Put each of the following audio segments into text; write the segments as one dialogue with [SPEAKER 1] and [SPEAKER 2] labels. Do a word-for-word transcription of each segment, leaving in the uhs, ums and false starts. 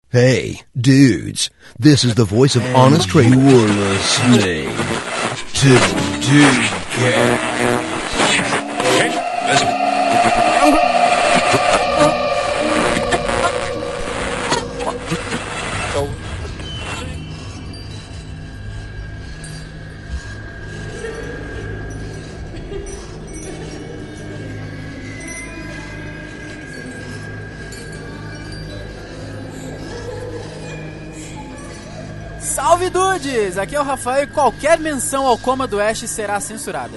[SPEAKER 1] Hey, dudes, this is the voice of Honest Trader. You are listening to the Dudecast.
[SPEAKER 2] Salve dudes! Aqui é o Rafael e qualquer menção ao coma do Ash será censurada.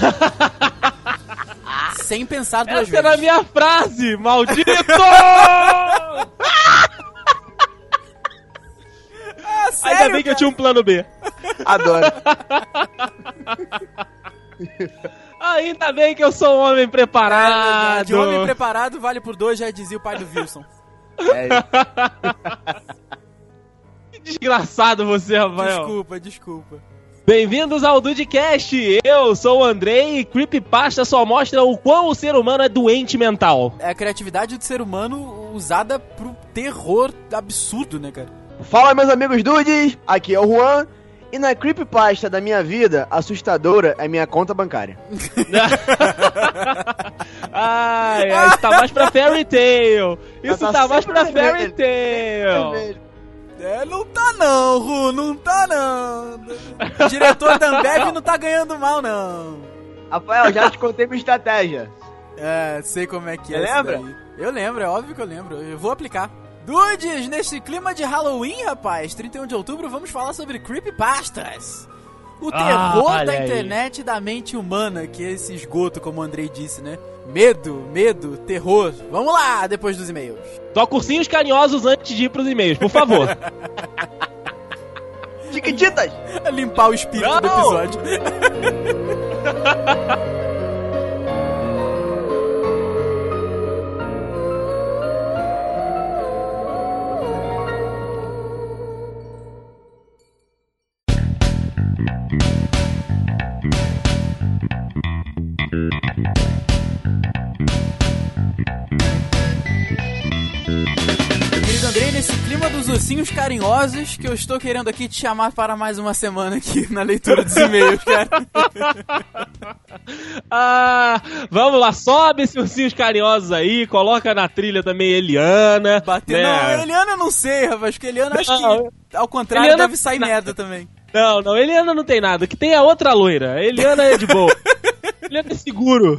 [SPEAKER 2] Sem pensar duas
[SPEAKER 3] Essa
[SPEAKER 2] vezes.
[SPEAKER 3] era a minha frase, maldito!
[SPEAKER 2] Ah, sério,
[SPEAKER 3] Ainda bem que
[SPEAKER 2] cara?
[SPEAKER 3] eu tinha um plano B.
[SPEAKER 4] Adoro.
[SPEAKER 3] Ainda bem que eu sou um homem preparado.
[SPEAKER 2] De homem preparado vale por dois, já dizia o pai do Wilson.
[SPEAKER 4] É isso.
[SPEAKER 3] Que desgraçado você, Rafael.
[SPEAKER 2] Desculpa, desculpa.
[SPEAKER 3] Bem-vindos ao Dudecast. Eu sou o Andrei e Creepypasta só mostra o quão o ser humano é doente mental.
[SPEAKER 2] É a criatividade do ser humano usada pro terror absurdo, né, cara?
[SPEAKER 4] Fala, meus amigos dudes, aqui é o Juan. E na creepypasta da minha vida, assustadora é minha conta bancária.
[SPEAKER 3] Ai, ai, isso tá mais pra Fairy Tail. Isso
[SPEAKER 4] tá
[SPEAKER 3] tá mais
[SPEAKER 4] sempre
[SPEAKER 3] pra Fairy
[SPEAKER 4] vermelho.
[SPEAKER 3] Tail.
[SPEAKER 2] É, não tá não, Ru, não tá não. O diretor da Ambev não tá ganhando mal, não.
[SPEAKER 4] Rafael, já te contei minha estratégia.
[SPEAKER 2] É, sei como é que
[SPEAKER 4] Você
[SPEAKER 2] é isso
[SPEAKER 4] lembra?
[SPEAKER 2] daí. Eu lembro, é óbvio que eu lembro. Eu vou aplicar. Dudes, nesse clima de Halloween, rapaz, trinta e um de outubro, vamos falar sobre creepypastas. O
[SPEAKER 3] Ah,
[SPEAKER 2] terror
[SPEAKER 3] olha
[SPEAKER 2] da
[SPEAKER 3] aí.
[SPEAKER 2] internet e da mente humana, que é esse esgoto, como o Andrei disse, né? Medo, medo, terror. Vamos lá, depois dos e-mails.
[SPEAKER 3] Só cursinhos carinhosos antes de ir pros e-mails, por favor.
[SPEAKER 4] Chiquititas!
[SPEAKER 2] Limpar o espírito
[SPEAKER 3] Não!
[SPEAKER 2] do episódio. Querido Andrei, nesse clima dos ursinhos carinhosos, que eu estou querendo aqui te chamar para mais uma semana aqui na leitura dos e-mails, cara.
[SPEAKER 3] Ah, vamos lá, sobe esses ursinhos carinhosos aí, coloca na trilha também Eliana.
[SPEAKER 2] Bater.
[SPEAKER 3] né?
[SPEAKER 2] Não, Eliana eu não sei, rapaz, porque Eliana acho
[SPEAKER 3] Não,
[SPEAKER 2] que, ao contrário,
[SPEAKER 3] Eliana-
[SPEAKER 2] deve sair merda também.
[SPEAKER 3] Não, não, Eliana não tem nada. Que tem a outra loira. Eliana é de boa. Eliana é seguro.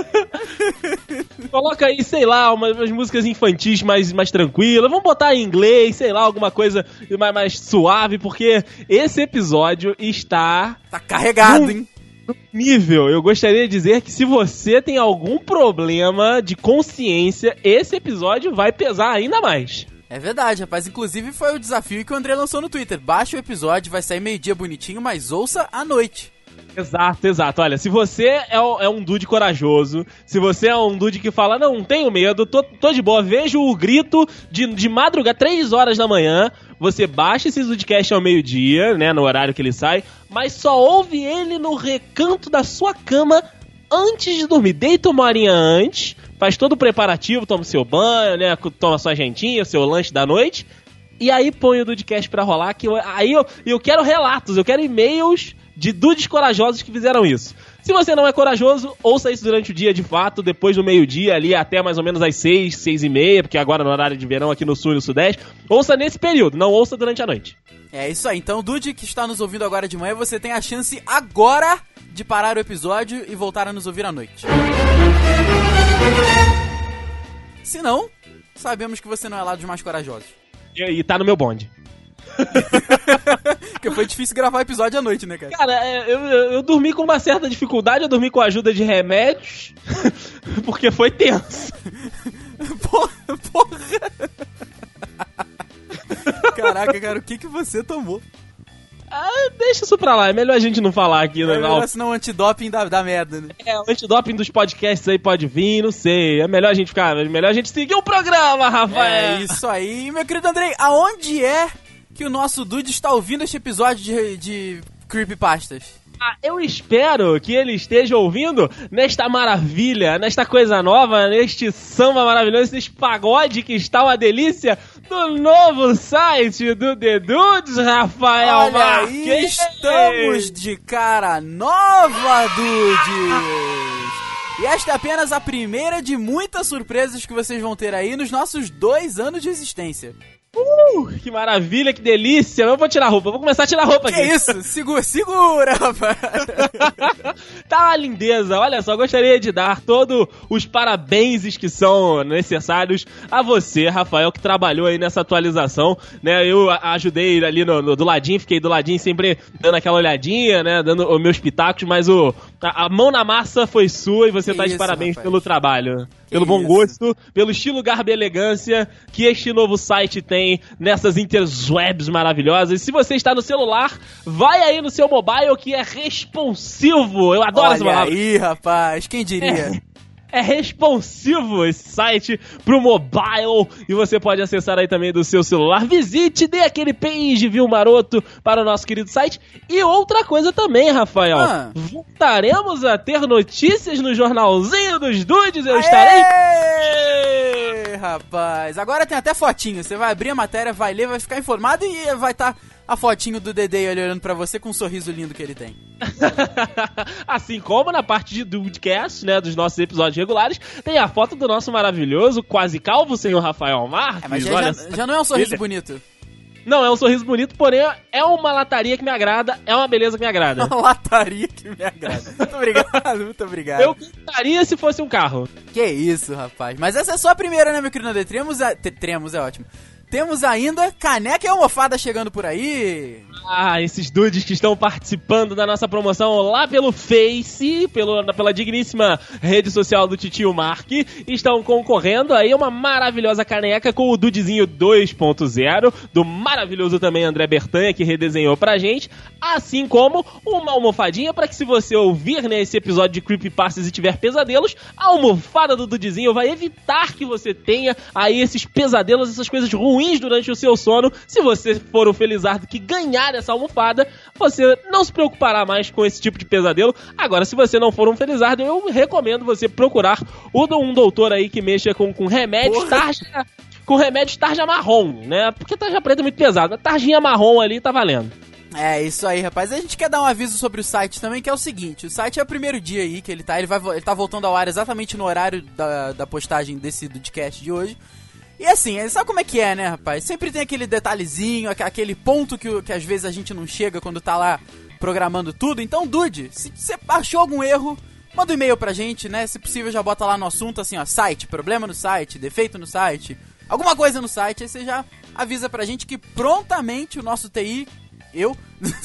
[SPEAKER 3] Coloca aí, sei lá, umas, umas músicas infantis mais, mais tranquilas. Vamos botar em inglês, sei lá, alguma coisa mais, mais suave, porque esse episódio está
[SPEAKER 2] Tá carregado,
[SPEAKER 3] Hum.
[SPEAKER 2] hein?
[SPEAKER 3] no nível. Eu gostaria de dizer que se você tem algum problema de consciência, esse episódio vai pesar ainda mais.
[SPEAKER 2] É verdade, rapaz. Inclusive foi o desafio que o André lançou no Twitter. Baixe o episódio, vai sair meio-dia bonitinho, mas ouça à noite.
[SPEAKER 3] Exato, exato. Olha, se você é, um- é um dude corajoso, se você é um dude que fala, não, não tenho medo, tô, tô de boa, vejo o grito de, de madrugada, três horas da manhã, você baixa esse Dudecast ao meio-dia, né, no horário que ele sai, mas só ouve ele no recanto da sua cama antes de dormir. Deita uma horinha antes, faz todo o preparativo, toma seu banho, né, toma sua jantinha, seu lanche da noite, e aí põe o Dudecast pra rolar, que eu, aí eu, eu quero relatos, eu quero e-mails de dudes corajosos que fizeram isso. Se você não é corajoso, ouça isso durante o dia de fato, depois do meio-dia ali até mais ou menos às seis, seis e meia, porque agora no horário de verão aqui no sul e no sudeste. Ouça nesse período, não ouça durante a noite.
[SPEAKER 2] É isso aí. Então, Dude, que está nos ouvindo agora de manhã, você tem a chance agora de parar o episódio e voltar a nos ouvir à noite. Se não, sabemos que você não é lá dos mais corajosos.
[SPEAKER 3] E, e tá no meu bonde.
[SPEAKER 2] Porque foi difícil gravar o episódio à noite, né, cara?
[SPEAKER 3] Cara, é, eu, eu, eu dormi com uma certa dificuldade, eu dormi com a ajuda de remédios, porque foi tenso.
[SPEAKER 2] Porra, porra. Caraca, cara, o que que você tomou?
[SPEAKER 3] Ah, deixa isso pra lá, é melhor a gente não falar aqui.
[SPEAKER 2] É
[SPEAKER 3] né?
[SPEAKER 2] melhor senão o antidoping da, da merda, né?
[SPEAKER 3] É, o antidoping dos podcasts aí pode vir, não sei. É melhor a gente ficar, é melhor a gente seguir o programa, Rafael.
[SPEAKER 2] É isso aí. Meu querido Andrei, aonde é que o nosso Dude está ouvindo este episódio de, de Creepypastas?
[SPEAKER 3] Ah, eu espero que ele esteja ouvindo nesta maravilha, nesta coisa nova, neste samba maravilhoso, neste pagode que está uma delícia do novo site do The Dudes, Rafael
[SPEAKER 2] Olha
[SPEAKER 3] Marques.
[SPEAKER 2] aí, estamos de cara nova, Dudes! E esta é apenas a primeira de muitas surpresas que vocês vão ter aí nos nossos dois anos de existência.
[SPEAKER 3] Uh, que maravilha, que delícia. Eu vou tirar a roupa, vou começar a tirar a roupa
[SPEAKER 2] que
[SPEAKER 3] aqui.
[SPEAKER 2] Que isso? Segura, segura, rapaz.
[SPEAKER 3] Tá uma lindeza. Olha só, gostaria de dar todos os parabéns que são necessários a você, Rafael, que trabalhou aí nessa atualização, né? Eu ajudei ali no, no, do ladinho, fiquei do ladinho sempre dando aquela olhadinha, né? Dando os meus pitacos, mas o, a, a mão na massa foi sua e você que tá de isso, parabéns rapaz. Pelo trabalho. Que pelo bom isso. gosto, pelo estilo, garbo e elegância que este novo site tem nessas interwebs maravilhosas. Se você está no celular, vai aí no seu mobile que é responsivo. Eu adoro
[SPEAKER 2] Olha
[SPEAKER 3] essa palavra.
[SPEAKER 2] Aí, rapaz, quem diria?
[SPEAKER 3] É. É responsivo esse site pro mobile e você pode acessar aí também do seu celular. Visite, dê aquele page view maroto para o nosso querido site. E outra coisa também, Rafael, ah. voltaremos a ter notícias no jornalzinho dos Dudes, eu
[SPEAKER 2] Aê!
[SPEAKER 3] estarei...
[SPEAKER 2] Rapaz, agora tem até fotinho, você vai abrir a matéria, vai ler, vai ficar informado e vai estar... Tá... a fotinho do Dedê olhando pra você com um sorriso lindo que ele tem.
[SPEAKER 3] Assim como na parte de Dudecast, né, dos nossos episódios regulares, tem a foto do nosso maravilhoso, quase calvo, senhor Rafael Marques.
[SPEAKER 2] É, mas já, já, já não é um sorriso ele... bonito.
[SPEAKER 3] Não, é um sorriso bonito, porém é uma lataria que me agrada, é uma beleza que me agrada.
[SPEAKER 2] Uma lataria que me agrada. Muito obrigado, muito obrigado.
[SPEAKER 3] Eu cantaria se fosse um carro.
[SPEAKER 2] Que isso, rapaz. Mas essa é só a primeira, né, meu querido André? Tremos, a... Tremos é ótimo. Temos ainda caneca e almofada chegando por aí.
[SPEAKER 3] Ah, esses dudes que estão participando da nossa promoção lá pelo Face, pelo, pela digníssima rede social do Titio Mark, estão concorrendo aí a uma maravilhosa caneca com o dudezinho dois ponto zero, do maravilhoso também André Bertanha, que redesenhou pra gente, assim como uma almofadinha para que se você ouvir né, esse episódio de Creepypastas e tiver pesadelos, a almofada do dudezinho vai evitar que você tenha aí esses pesadelos, essas coisas ruins durante o seu sono. Se você for o felizardo que ganhar essa almofada, você não se preocupará mais com esse tipo de pesadelo. Agora, se você não for um felizardo, eu recomendo você procurar um doutor aí que mexa com, com remédios tarja, com remédios tarja marrom, né? Porque tarja preta é muito pesado, a tarjinha marrom ali tá valendo.
[SPEAKER 2] É, isso aí, rapaz. A gente quer dar um aviso sobre o site também, que é o seguinte, o site é o primeiro dia aí que ele tá, ele, vai, ele tá voltando ao ar exatamente no horário da, da postagem desse podcast de hoje. E assim, sabe como é que é, né, rapaz? Sempre tem aquele detalhezinho, aquele ponto que, que às vezes a gente não chega quando tá lá programando tudo. Então, Dude, se você achou algum erro, manda um e-mail pra gente, né? Se possível, já bota lá no assunto, assim, ó, site, problema no site, defeito no site, alguma coisa no site, aí você já avisa pra gente que prontamente o nosso T I, eu...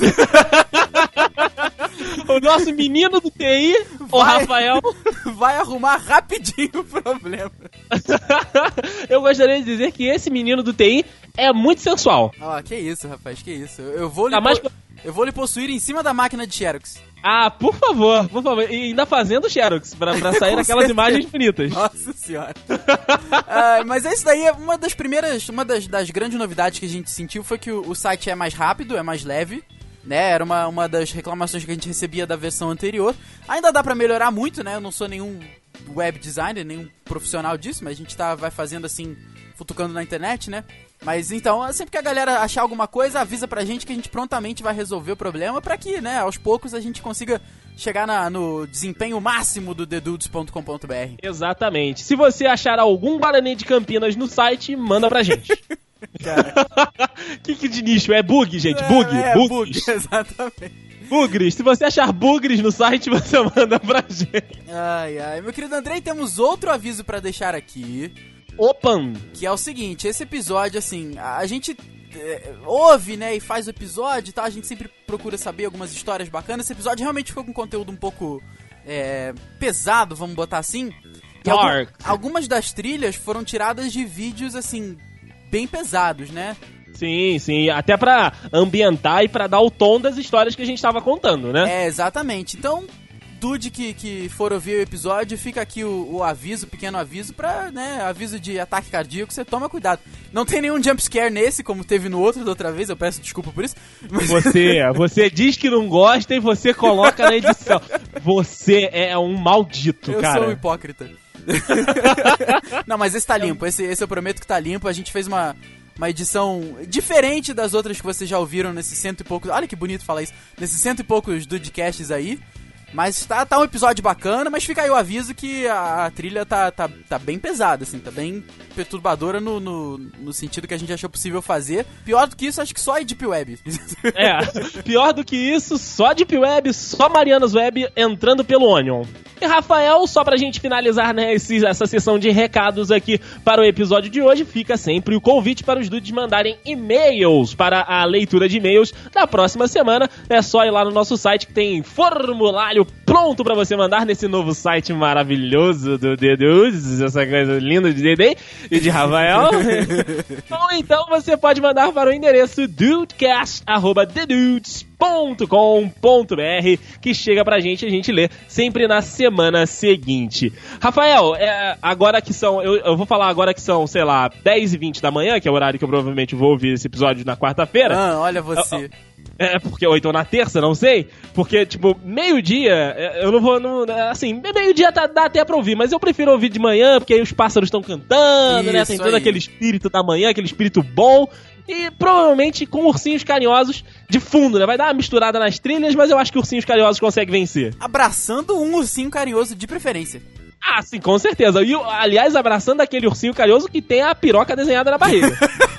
[SPEAKER 3] o nosso menino do T I, vai, o Rafael,
[SPEAKER 2] vai arrumar rapidinho o problema.
[SPEAKER 3] Eu gostaria de dizer que esse menino do T I é muito sensual.
[SPEAKER 2] Ó, oh, que isso, rapaz, que isso. Eu vou, lhe
[SPEAKER 3] tá mais...
[SPEAKER 2] po... eu vou lhe possuir em cima da máquina de Xerox.
[SPEAKER 3] Ah, por favor, por favor. E ainda fazendo Xerox, pra, pra sair aquelas imagens bonitas.
[SPEAKER 2] Nossa senhora. ah, mas isso daí é uma das primeiras, uma das, das grandes novidades que a gente sentiu foi que o, o site é mais rápido, é mais leve. Né, era uma, uma das reclamações que a gente recebia da versão anterior. Ainda dá pra melhorar muito, né? Eu não sou nenhum web designer, nenhum profissional disso, mas a gente tá, vai fazendo assim, futucando na internet, né? Mas então, sempre que a galera achar alguma coisa, avisa pra gente que a gente prontamente vai resolver o problema pra que, né, aos poucos a gente consiga chegar na, no desempenho máximo do the dudes ponto com ponto b r.
[SPEAKER 3] Exatamente. Se você achar algum Guarani de Campinas no site, manda pra gente. que que de nicho? É bug, gente, bug.
[SPEAKER 2] É, é bug, exatamente.
[SPEAKER 3] Bugres, se você achar bugres no site, você manda pra gente.
[SPEAKER 2] Ai, ai, meu querido Andrei, temos outro aviso pra deixar aqui.
[SPEAKER 3] Opa!
[SPEAKER 2] Que é o seguinte, esse episódio, assim, a gente é, ouve, né, e faz o episódio e tal, a gente sempre procura saber algumas histórias bacanas. Esse episódio realmente ficou com conteúdo um pouco é, pesado, vamos botar assim. E algum, algumas das trilhas foram tiradas de vídeos, assim, bem pesados, né?
[SPEAKER 3] Sim, sim, até pra ambientar e pra dar o tom das histórias que a gente tava contando, né?
[SPEAKER 2] É, exatamente. Então, dude que, que for ouvir o episódio, fica aqui o, o aviso, o pequeno aviso, pra, né, aviso de ataque cardíaco, você toma cuidado. Não tem nenhum jumpscare nesse, como teve no outro da outra vez, eu peço desculpa por isso. Mas... Você,
[SPEAKER 3] você diz que não gosta e você coloca na edição. Você é um maldito,
[SPEAKER 2] eu
[SPEAKER 3] cara.
[SPEAKER 2] Eu sou um hipócrita. Não, mas esse tá limpo, esse, esse eu prometo que tá limpo, a gente fez uma... Uma edição diferente das outras que vocês já ouviram nesses cento e poucos... Olha que bonito falar isso. Nesses cento e poucos Dudecasts aí. Mas tá, tá um episódio bacana, mas fica aí o aviso que a, a trilha tá, tá, tá bem pesada, assim. Tá bem perturbadora no, no, no sentido que a gente achou possível fazer. Pior do que isso, acho que só a Deep Web.
[SPEAKER 3] É, pior do que isso, só Deep Web, só Marianas Web entrando pelo Onion. E Rafael, só pra gente finalizar, né, esse, essa sessão de recados aqui para o episódio de hoje, fica sempre o convite para os dudes mandarem e-mails para a leitura de e-mails da próxima semana. É só ir lá no nosso site que tem formulário pronto pra você mandar nesse novo site maravilhoso do The Dudes, essa coisa linda de Dedê e de Rafael. Ou então você pode mandar para o endereço dudecast arroba the dudes ponto com ponto b r, que chega pra gente e a gente lê sempre na semana seguinte. Rafael, é, agora que são, eu, eu vou falar agora que são, sei lá, dez e vinte da manhã, que é o horário que eu provavelmente vou ouvir esse episódio na quarta-feira.
[SPEAKER 2] Ah, olha você.
[SPEAKER 3] É, porque, ou então na terça, não sei, porque, tipo, meio-dia, eu não vou, não, assim, meio-dia tá, dá até pra ouvir, mas eu prefiro ouvir de manhã, porque aí os pássaros estão cantando, isso, né, tem todo aí. Aquele espírito da manhã, aquele espírito bom, e provavelmente com ursinhos carinhosos de fundo, né, vai dar uma misturada nas trilhas, mas eu acho que ursinhos carinhosos conseguem vencer.
[SPEAKER 2] Abraçando um ursinho carinhoso de preferência.
[SPEAKER 3] Ah, sim, com certeza. E, aliás, abraçando aquele ursinho carinhoso que tem a piroca desenhada na barriga.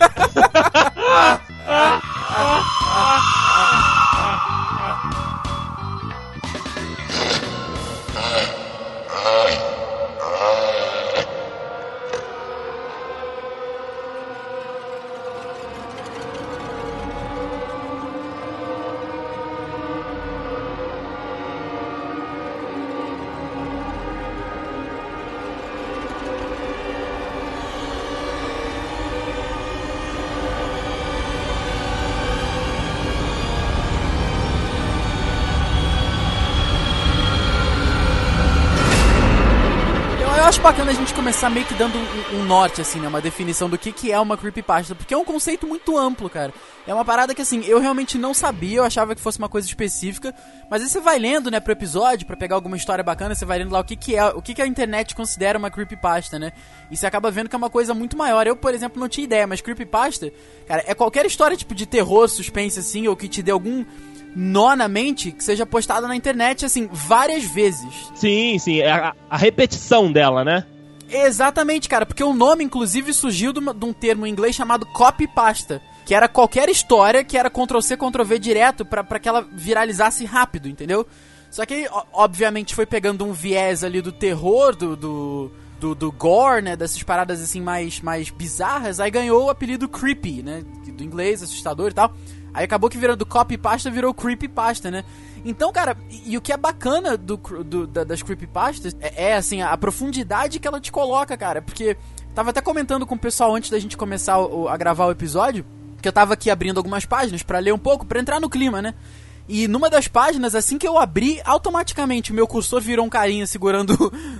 [SPEAKER 2] Eu acho bacana a gente começar meio que dando um, um norte, assim, né? Uma definição do que, que é uma creepypasta, porque é um conceito muito amplo, cara. É uma parada que, assim, eu realmente não sabia, eu achava que fosse uma coisa específica, mas aí você vai lendo, né, pro episódio, pra pegar alguma história bacana, você vai lendo lá o que que é, o que que a internet considera uma creepypasta, né? E você acaba vendo que é uma coisa muito maior. Eu, por exemplo, não tinha ideia, mas creepypasta, cara, é qualquer história, tipo, de terror, suspense, assim, ou que te dê algum... nó na mente que seja postada na internet, assim, várias vezes.
[SPEAKER 3] Sim, sim, é a, a repetição dela, né?
[SPEAKER 2] Exatamente, cara, porque o nome, inclusive, surgiu de, uma, de um termo em inglês chamado copypasta, que era qualquer história que era control C, control V direto pra, pra que ela viralizasse rápido, entendeu? Só que, obviamente, foi pegando um viés ali do terror, do... do Do, do gore, né, dessas paradas assim mais, mais bizarras, aí ganhou o apelido creepy, né, do inglês, assustador e tal. Aí acabou que virando copypasta, virou creepypasta, né. Então, cara, e, e o que é bacana do, do, da, das creepypastas é, é, assim, a, a profundidade que ela te coloca, cara, porque tava até comentando com o pessoal antes da gente começar o, a gravar o episódio, que eu tava aqui abrindo algumas páginas pra ler um pouco, pra entrar no clima, né. E numa das páginas, assim que eu abri, automaticamente o meu cursor virou um carinha segurando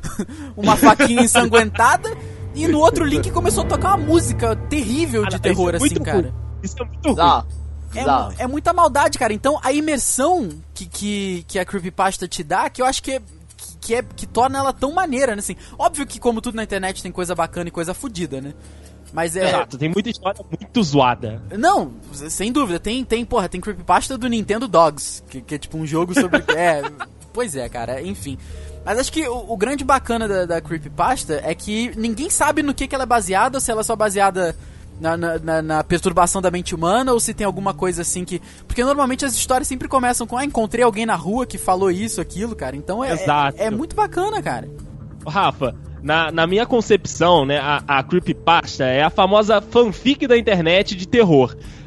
[SPEAKER 2] uma faquinha ensanguentada. E no outro link começou a tocar uma música terrível de terror, assim, cara.
[SPEAKER 3] Isso é muito ruim.
[SPEAKER 2] É, é muita maldade, cara. Então a imersão que, que, que a creepypasta te dá, que eu acho que é, que, é, que torna ela tão maneira, né? Assim, óbvio que, como tudo na internet, tem coisa bacana e coisa fodida, né? Mas é...
[SPEAKER 3] Exato, tem muita história muito zoada.
[SPEAKER 2] Não, sem dúvida, tem, tem, porra, tem creepypasta do Nintendo Dogs, que, que é tipo um jogo sobre... é, pois é, cara, enfim. Mas acho que o, o grande bacana da, da creepypasta é que ninguém sabe no que, que ela é baseada, se ela é só baseada na, na, na, na perturbação da mente humana, ou se tem alguma coisa assim que... Porque normalmente as histórias sempre começam com, ah, encontrei alguém na rua que falou isso, aquilo, cara. Então é,
[SPEAKER 3] Exato.
[SPEAKER 2] é, é muito bacana, cara.
[SPEAKER 3] Rafa... Na, na minha concepção, né, a, a creepypasta é a famosa fanfic da internet de terror.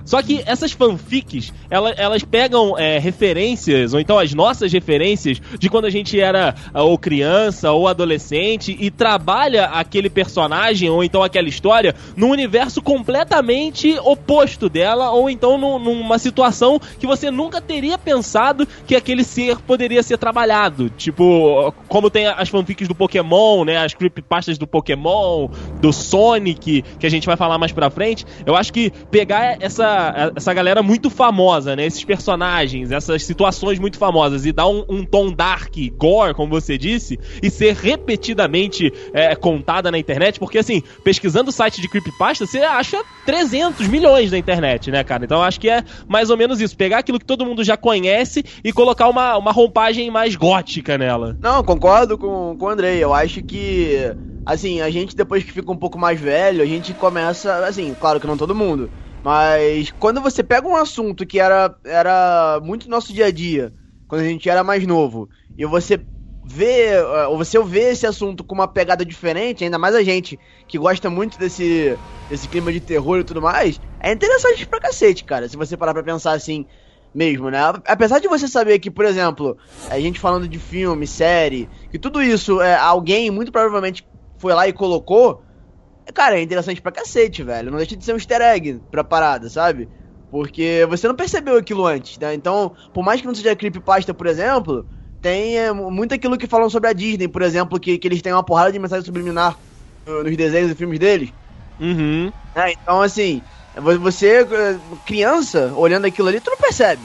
[SPEAKER 3] Só que essas fanfics, elas, elas pegam é, referências, ou então as nossas referências, de quando a gente era ou criança ou adolescente, e trabalha aquele personagem, ou então aquela história, num universo completamente oposto dela, ou então num, numa situação que você nunca teria pensado que aquele ser poderia ser trabalhado. Tipo, como tem as fanfics do Pokémon, né, as creepypastas do Pokémon, do Sonic, que a gente vai falar mais pra frente. Eu acho que pegar essa, essa galera muito famosa, né, esses personagens, essas situações muito famosas, e dar um, um tom dark, gore, como você disse, e ser repetidamente é, contada na internet, porque assim, pesquisando o site de creepypasta, você acha trezentos milhões na internet, né, cara? Então eu acho que é mais ou menos isso, pegar aquilo que todo mundo já conhece e colocar uma, uma roupagem mais gótica nela.
[SPEAKER 4] Não, concordo com, com o Andrei. Eu acho que, assim, a gente depois que fica um pouco mais velho, a gente começa, assim, claro que não todo mundo, mas quando você pega um assunto que era, era muito nosso dia a dia, quando a gente era mais novo, e você vê, ou você vê esse assunto com uma pegada diferente, ainda mais a gente que gosta muito desse, desse clima de terror e tudo mais, é interessante pra cacete, cara, se você parar pra pensar assim mesmo, né? Apesar de você saber que, por exemplo, a gente falando de filme, série, que tudo isso, é, alguém muito provavelmente foi lá e colocou, cara, é interessante pra cacete, velho. Não deixa de ser um easter egg pra parada, sabe? Porque você não percebeu aquilo antes, né? Então, por mais que não seja creepypasta, por exemplo, tem é, muito aquilo que falam sobre a Disney, por exemplo, que, que eles têm uma porrada de mensagem subliminar uh, nos desenhos e filmes deles.
[SPEAKER 3] Uhum.
[SPEAKER 4] É, então, assim, você, criança, olhando aquilo ali, tu não percebe.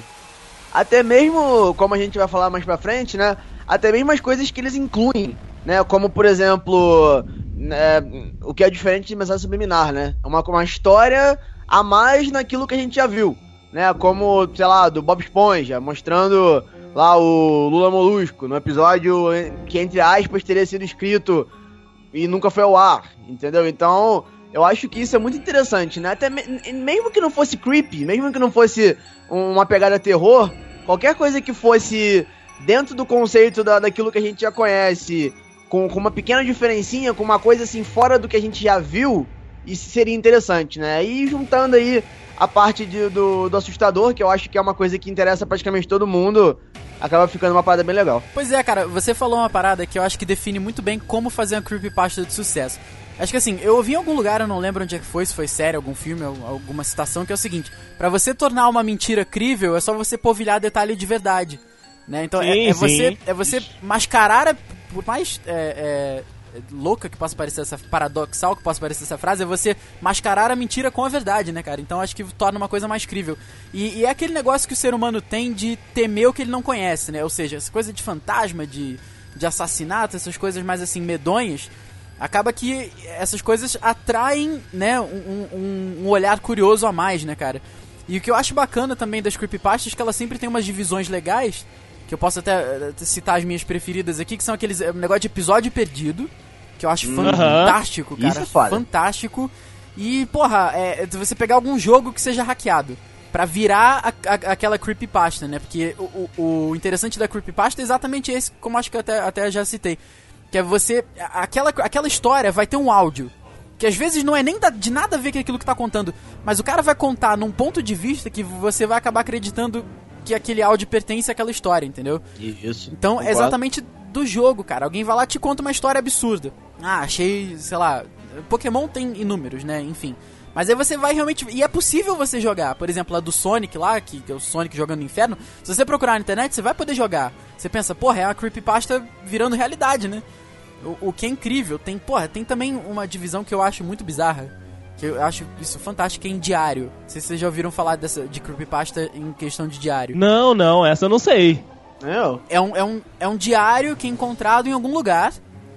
[SPEAKER 4] Até mesmo, como a gente vai falar mais pra frente, né? Até mesmo as coisas que eles incluem, né? Como, por exemplo, é, o que é diferente de mensagem subliminar, né? Uma, uma história a mais naquilo que a gente já viu, né? Como, sei lá, do Bob Esponja, mostrando lá o Lula Molusco, no episódio que, entre aspas, teria sido escrito e nunca foi ao ar, entendeu? Então, eu acho que isso é muito interessante, né? Até me, mesmo que não fosse creepy, mesmo que não fosse uma pegada terror, qualquer coisa que fosse dentro do conceito da, daquilo que a gente já conhece, com, com uma pequena diferencinha, com uma coisa assim fora do que a gente já viu, isso seria interessante, né? E juntando aí a parte de, do, do assustador, que eu acho que é uma coisa que interessa praticamente todo mundo, acaba ficando uma parada bem legal.
[SPEAKER 2] Pois é, cara, você falou uma parada que eu acho que define muito bem como fazer uma creepypasta de sucesso. Acho que assim, eu ouvi em algum lugar, eu não lembro onde é que foi, se foi série, algum filme, alguma citação, que é o seguinte: pra você tornar uma mentira crível, é só você polvilhar detalhe de verdade, né? Então sim, é, é, você, é você mascarar, a, por mais é, é, louca que possa parecer essa, paradoxal que possa parecer essa frase, é você mascarar a mentira com a verdade, né, cara? Então acho que torna uma coisa mais crível. E, e é aquele negócio que o ser humano tem de temer o que ele não conhece, né? Ou seja, essa coisa de fantasma, de, de assassinato, essas coisas mais assim medonhas, acaba que essas coisas atraem, né, um, um, um olhar curioso a mais, né, cara? E o que eu acho bacana também das creepypastas é que elas sempre tem umas divisões legais, que eu posso até citar as minhas preferidas aqui, que são aqueles um negócio de episódio perdido, que eu acho uhum. fantástico, cara. Isso é foda. Fantástico. E, porra, é, você pegar algum jogo que seja hackeado pra virar a, a, aquela creepypasta, né? Porque o, o, o interessante da creepypasta é exatamente esse, como acho que eu até, até já citei. Que é você... Aquela, aquela história vai ter um áudio, que às vezes não é nem da, de nada a ver com aquilo que tá contando, mas o cara vai contar num ponto de vista que você vai acabar acreditando que aquele áudio pertence àquela história, entendeu?
[SPEAKER 4] Isso.
[SPEAKER 2] Então concordo. É exatamente do jogo, cara. Alguém vai lá e te conta uma história absurda. Ah, achei, sei lá... Pokémon tem inúmeros, né? Enfim... Mas aí você vai realmente... E é possível você jogar. Por exemplo, a do Sonic lá, que, que é o Sonic jogando no inferno. Se você procurar na internet, você vai poder jogar. Você pensa, porra, é uma creepypasta virando realidade, né? O, o que é incrível. Tem, porra, tem também uma divisão que eu acho muito bizarra. Que eu acho isso fantástico, é em diário. Não sei se vocês já ouviram falar dessa, de creepypasta em questão de diário.
[SPEAKER 3] Não, não, essa eu não sei.
[SPEAKER 4] Não.
[SPEAKER 2] É um, é um, é um diário que é encontrado em algum lugar.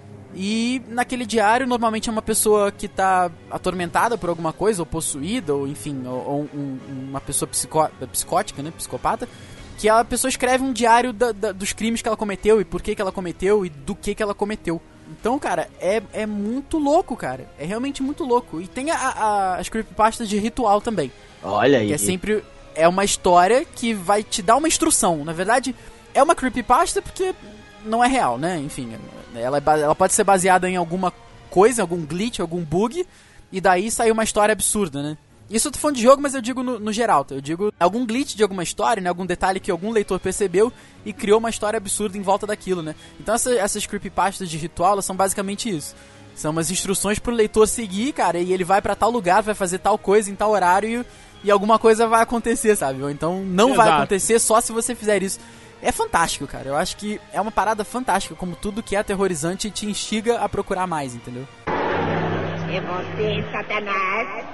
[SPEAKER 2] E naquele diário, normalmente é uma pessoa que tá atormentada por alguma coisa, ou possuída, ou enfim, ou, ou um, uma pessoa psicó, psicótica, né, psicopata, que a pessoa escreve um diário da, da, dos crimes que ela cometeu, e por que que ela cometeu, e do que que ela cometeu. Então, cara, é, é muito louco, cara. É realmente muito louco. E tem a, a, as creepypastas de ritual também.
[SPEAKER 4] Olha aí.
[SPEAKER 2] Que é sempre... É uma história que vai te dar uma instrução. Na verdade, é uma creepypasta porque não é real, né? Enfim... Ela, é, ela pode ser baseada em alguma coisa, algum glitch, algum bug, e daí sai uma história absurda, né? Isso eu tô falando de jogo, mas eu digo no, no geral, tá? Eu digo algum glitch de alguma história, né? Algum detalhe que algum leitor percebeu e criou uma história absurda em volta daquilo, né? Então essa, essas creepypastas de ritual, elas são basicamente isso. São umas instruções pro leitor seguir, cara, e ele vai pra tal lugar, vai fazer tal coisa em tal horário e, e alguma coisa vai acontecer, sabe? Ou então não
[SPEAKER 3] Exato.
[SPEAKER 2] vai acontecer só se você fizer isso. É fantástico, cara. Eu acho que é uma parada fantástica, como tudo que é aterrorizante te instiga a procurar mais, entendeu?
[SPEAKER 5] É você, Satanás?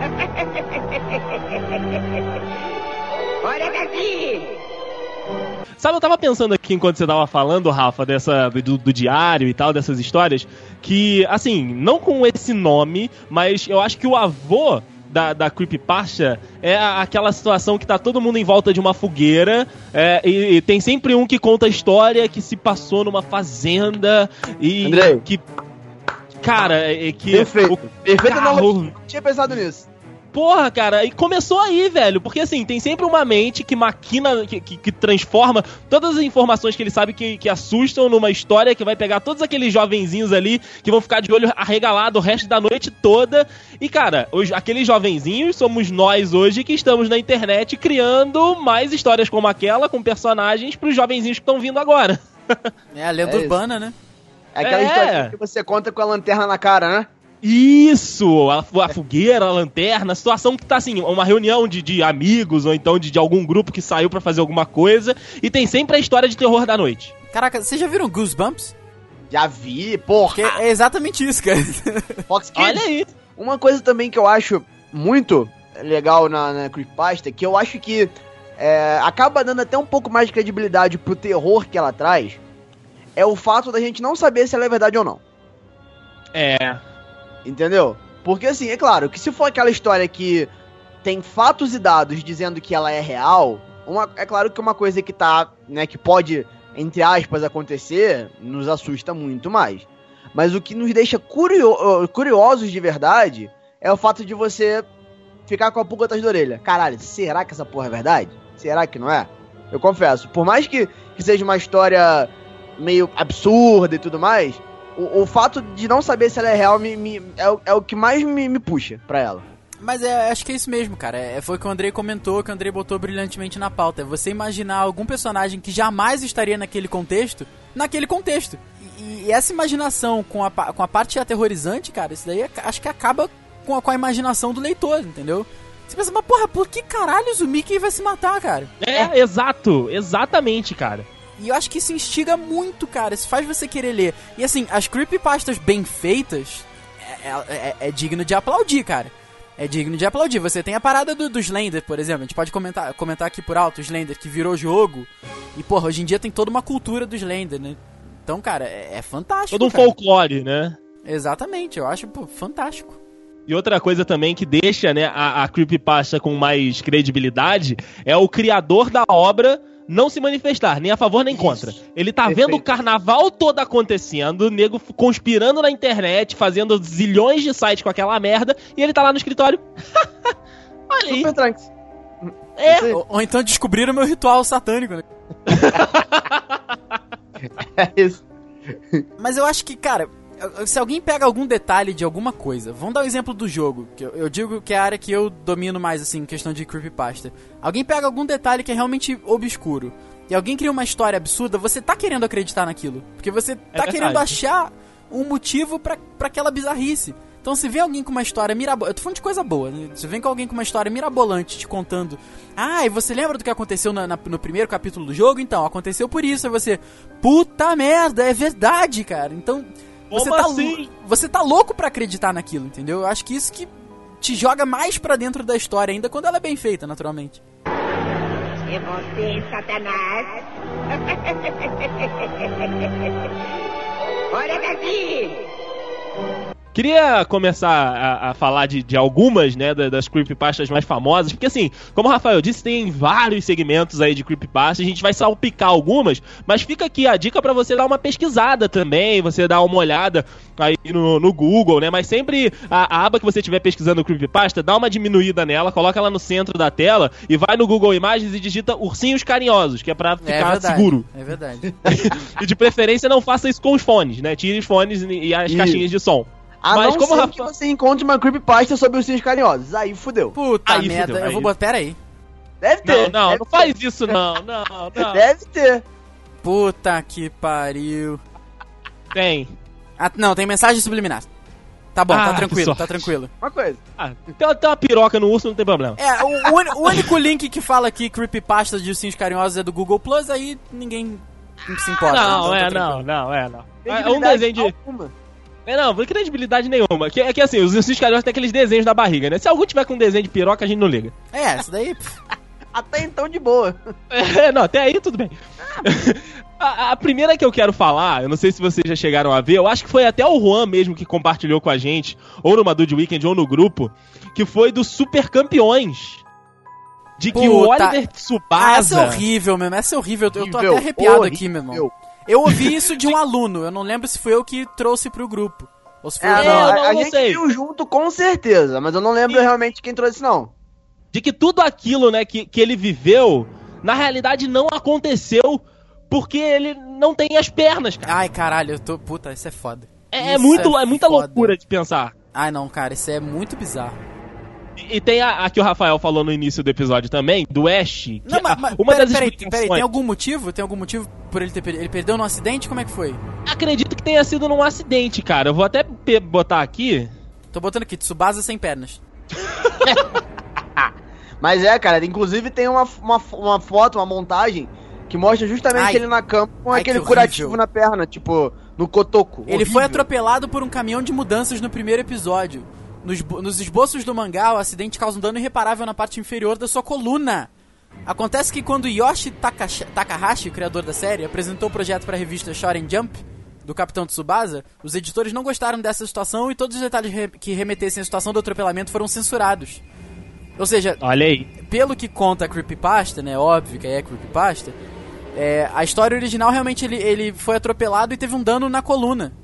[SPEAKER 5] Olha daqui!
[SPEAKER 3] Sabe, eu tava pensando aqui enquanto você tava falando, Rafa, dessa, do, do diário e tal, dessas histórias, que, assim, não com esse nome, mas eu acho que o avô da, da creepypasta é aquela situação que tá todo mundo em volta de uma fogueira, é, e, e tem sempre um que conta a história que se passou numa fazenda e
[SPEAKER 4] Andrei.
[SPEAKER 3] que... Cara, é que...
[SPEAKER 4] Perfeito.
[SPEAKER 3] o
[SPEAKER 4] Perfeito,
[SPEAKER 3] carro-
[SPEAKER 4] não, não tinha pensado nisso.
[SPEAKER 3] Porra, cara, e começou aí, velho, porque assim, tem sempre uma mente que maquina, que, que, que transforma todas as informações que ele sabe que, que assustam numa história que vai pegar todos aqueles jovenzinhos ali que vão ficar de olho arregalado o resto da noite toda. E, cara, os, aqueles jovenzinhos somos nós hoje que estamos na internet criando mais histórias como aquela, com personagens pros jovenzinhos que estão vindo agora.
[SPEAKER 2] É a lenda
[SPEAKER 4] É isso.
[SPEAKER 2] urbana, né?
[SPEAKER 4] É aquela
[SPEAKER 3] É.
[SPEAKER 4] história que você conta com a lanterna na cara, né?
[SPEAKER 3] Isso! A, a fogueira, a lanterna, a situação que tá assim, uma reunião de, de amigos ou então de, de algum grupo que saiu pra fazer alguma coisa e tem sempre a história de terror da noite.
[SPEAKER 2] Caraca, vocês já viram Goosebumps?
[SPEAKER 4] Já vi, porra.
[SPEAKER 2] Porque é exatamente isso, cara.
[SPEAKER 4] Fox Kids.
[SPEAKER 3] Olha aí!
[SPEAKER 4] Uma coisa também que eu acho muito legal na, na creepypasta, que eu acho que é, acaba dando até um pouco mais de credibilidade pro terror que ela traz, é o fato da gente não saber se ela é verdade ou não.
[SPEAKER 3] É...
[SPEAKER 4] Entendeu? Porque assim, é claro que se for aquela história que tem fatos e dados dizendo que ela é real, uma, é claro que uma coisa que tá, né, que pode, entre aspas, acontecer, nos assusta muito mais. Mas o que nos deixa curio- curiosos de verdade é o fato de você ficar com a pulga atrás da orelha. Caralho, será que essa porra é verdade? Será que não é? Eu confesso, por mais que, que seja uma história meio absurda e tudo mais, o, o fato de não saber se ela é real me, me, é, o- é o que mais me, me puxa pra ela.
[SPEAKER 2] Mas é, acho que é isso mesmo, cara. É, foi o que o Andrei comentou, que o Andrei botou brilhantemente na pauta. É você imaginar algum personagem que jamais estaria naquele contexto, naquele contexto. E, e essa imaginação com a, pa- com a parte aterrorizante, cara, isso daí é- acho que acaba com a, com a imaginação do leitor, entendeu? Você pensa, mas porra, por que caralho o Mickey vai se matar, cara?
[SPEAKER 3] É, exato, exatamente, cara.
[SPEAKER 2] E eu acho que isso instiga muito, cara. Isso faz você querer ler. E assim, as creepypastas bem feitas é, é- é digno de aplaudir, cara. É digno de aplaudir. Você tem a parada do, do Slender, por exemplo. A gente pode comentar, comentar aqui por alto o Slender, que virou jogo. E, porra, hoje em dia tem toda uma cultura do Slender, né? Então, cara, é, é fantástico,
[SPEAKER 3] Todo um
[SPEAKER 2] cara.
[SPEAKER 3] folclore, né?
[SPEAKER 2] Exatamente, eu acho, pô, fantástico.
[SPEAKER 3] E outra coisa também que deixa, né, a, a creepypasta com mais credibilidade é o criador da obra não se manifestar, nem a favor nem contra. Ele tá
[SPEAKER 4] Perfeito.
[SPEAKER 3] vendo o carnaval todo acontecendo, o nego conspirando na internet, fazendo zilhões de sites com aquela merda, e ele tá lá no escritório. Olha aí.
[SPEAKER 4] Super Trunks.
[SPEAKER 3] É.
[SPEAKER 4] Isso aí.
[SPEAKER 2] Ou, ou então descobriram meu ritual satânico, né?
[SPEAKER 4] É isso.
[SPEAKER 2] Mas eu acho que, cara, se alguém pega algum detalhe de alguma coisa, vamos dar o exemplo do jogo, que eu, eu digo que é a área que eu domino mais, assim, em questão de creepypasta. Alguém pega algum detalhe que é realmente obscuro, e alguém cria uma história absurda, você tá querendo acreditar naquilo, porque você tá
[SPEAKER 3] verdade.
[SPEAKER 2] querendo achar um motivo pra, pra aquela bizarrice. Então se vê alguém com uma história mirabolante, eu tô falando de coisa boa, né? Você vem com alguém com uma história mirabolante te contando, ah, e você lembra do que aconteceu na, na, no primeiro capítulo do jogo? Então, aconteceu por isso, aí você, puta merda, é verdade, cara. Então, você
[SPEAKER 3] Como
[SPEAKER 2] tá,
[SPEAKER 3] assim?
[SPEAKER 2] lou- você tá louco pra acreditar naquilo, entendeu? Eu acho que isso que te joga mais pra dentro da história ainda, quando ela é bem feita, naturalmente.
[SPEAKER 5] É você, Satanás? Olha daqui!
[SPEAKER 3] Queria começar a, a falar de, de algumas, né, da- das creepypastas mais famosas, porque assim, como o Rafael disse, tem vários segmentos aí de creepypasta, a gente vai salpicar algumas, mas fica aqui a dica pra você dar uma pesquisada também, você dar uma olhada aí no, no Google, né, mas sempre a, a aba que você estiver pesquisando creepypasta, dá uma diminuída nela, coloca ela no centro da tela e vai no Google Imagens e digita ursinhos carinhosos, que é pra
[SPEAKER 2] É
[SPEAKER 3] ficar
[SPEAKER 2] verdade,
[SPEAKER 3] seguro.
[SPEAKER 2] é verdade.
[SPEAKER 3] E de preferência não faça isso com os fones, né, tire os fones e, e as
[SPEAKER 4] Isso.
[SPEAKER 3] caixinhas de som.
[SPEAKER 4] A
[SPEAKER 3] Mas
[SPEAKER 4] não
[SPEAKER 3] como
[SPEAKER 4] ser
[SPEAKER 3] Rafa-
[SPEAKER 4] que você encontre uma creepypasta sobre os ursinhos carinhosos. Aí fudeu.
[SPEAKER 2] Puta
[SPEAKER 3] Aí,
[SPEAKER 2] merda,
[SPEAKER 3] fudeu,
[SPEAKER 2] eu
[SPEAKER 3] aí.
[SPEAKER 2] vou botar. Pera aí.
[SPEAKER 4] Deve ter.
[SPEAKER 3] Não, não,
[SPEAKER 4] deve
[SPEAKER 3] não
[SPEAKER 4] ter.
[SPEAKER 3] faz isso não, não, não.
[SPEAKER 4] Deve ter.
[SPEAKER 2] Puta que pariu.
[SPEAKER 3] Tem.
[SPEAKER 2] Ah, não, tem mensagem subliminar. Tá bom,
[SPEAKER 3] Ah,
[SPEAKER 2] tá
[SPEAKER 3] que
[SPEAKER 2] tranquilo,
[SPEAKER 3] sorte.
[SPEAKER 2] tá tranquilo.
[SPEAKER 4] Uma coisa.
[SPEAKER 3] Ah, tem, uma- tem uma piroca no urso, não tem problema.
[SPEAKER 2] É, o, o uni- o único link que fala que creepypasta de ursinhos carinhosos é do Google Plus, aí ninguém se importa.
[SPEAKER 3] Não,
[SPEAKER 2] então
[SPEAKER 3] é,
[SPEAKER 2] tá tranquilo.
[SPEAKER 3] não, não, é, não. É um
[SPEAKER 4] Credibilidade
[SPEAKER 3] desenho de...
[SPEAKER 4] alguma.
[SPEAKER 3] É, não, não tem credibilidade nenhuma. Que, é que assim, os ursinhos carinhosos têm aqueles desenhos da barriga, né? Se algum tiver com um desenho de piroca, a gente não liga.
[SPEAKER 2] É, isso daí. pff,
[SPEAKER 4] Até então de boa.
[SPEAKER 3] É, não, até aí tudo bem. A, a primeira que eu quero falar, eu não sei se vocês já chegaram a ver, eu acho que foi até o Juan mesmo que compartilhou com a gente, ou no Dude Weekend ou no grupo, que foi do Super Campeões. De que o
[SPEAKER 2] Puta.
[SPEAKER 3] Oliver
[SPEAKER 2] Ah,
[SPEAKER 3] Tsubasa...
[SPEAKER 2] essa é horrível mesmo, essa é horrível. Eu tô
[SPEAKER 4] Horrível,
[SPEAKER 2] até arrepiado
[SPEAKER 4] horrível.
[SPEAKER 2] aqui, meu irmão. Eu ouvi isso de um aluno, eu não lembro se foi eu que trouxe pro grupo. Ou se foi
[SPEAKER 4] É,
[SPEAKER 2] o
[SPEAKER 3] não,
[SPEAKER 4] não,
[SPEAKER 2] Juan.
[SPEAKER 3] eu
[SPEAKER 4] a, a
[SPEAKER 3] não
[SPEAKER 4] gente
[SPEAKER 3] sei.
[SPEAKER 4] viu junto com certeza, mas eu não lembro
[SPEAKER 3] E-
[SPEAKER 4] realmente quem trouxe, não.
[SPEAKER 3] De que tudo aquilo, né, que, que ele viveu, na realidade não aconteceu porque ele não tem as pernas, cara.
[SPEAKER 2] Ai, caralho, eu tô... Puta, isso é foda.
[SPEAKER 3] É, é
[SPEAKER 2] Isso
[SPEAKER 3] muito, é muita
[SPEAKER 2] foda.
[SPEAKER 3] loucura de pensar.
[SPEAKER 2] Ai, não, cara, isso é muito bizarro.
[SPEAKER 3] E, e tem a, a que o Rafael falou no início do episódio também, do Ash. Que
[SPEAKER 2] Não, mas,
[SPEAKER 3] a-
[SPEAKER 2] mas
[SPEAKER 3] uma
[SPEAKER 2] peraí,
[SPEAKER 3] das
[SPEAKER 2] peraí,
[SPEAKER 3] explicações...
[SPEAKER 2] peraí, tem algum motivo? Tem algum motivo por ele ter perdido? Ele perdeu num acidente? Como é que foi?
[SPEAKER 3] Acredito que tenha sido num acidente, cara. Eu vou até pe- botar aqui.
[SPEAKER 2] Tô botando aqui, Tsubasa sem pernas.
[SPEAKER 4] Mas é, cara, inclusive tem uma, uma, uma foto, uma montagem que mostra justamente
[SPEAKER 2] Ai.
[SPEAKER 4] ele na cama com
[SPEAKER 2] Ai,
[SPEAKER 4] aquele
[SPEAKER 2] que
[SPEAKER 4] curativo
[SPEAKER 2] horrível.
[SPEAKER 4] na perna, tipo, no cotoco.
[SPEAKER 2] Ele
[SPEAKER 4] Horrível.
[SPEAKER 2] foi atropelado por um caminhão de mudanças no primeiro episódio. Nos, esbo- nos esboços do mangá, o acidente causa um dano irreparável na parte inferior da sua coluna. Acontece que quando Yoshi Takashi- Takahashi, o criador da série, apresentou o projeto para a revista Shonen Jump, do Capitão Tsubasa, os editores não gostaram dessa situação e todos os detalhes re- que remetessem à situação do atropelamento foram censurados. Ou seja,
[SPEAKER 3] Olha aí.
[SPEAKER 2] pelo que conta a Creepypasta, né, óbvio que é Creepypasta, é, a história original realmente ele, ele foi atropelado e teve um dano na coluna.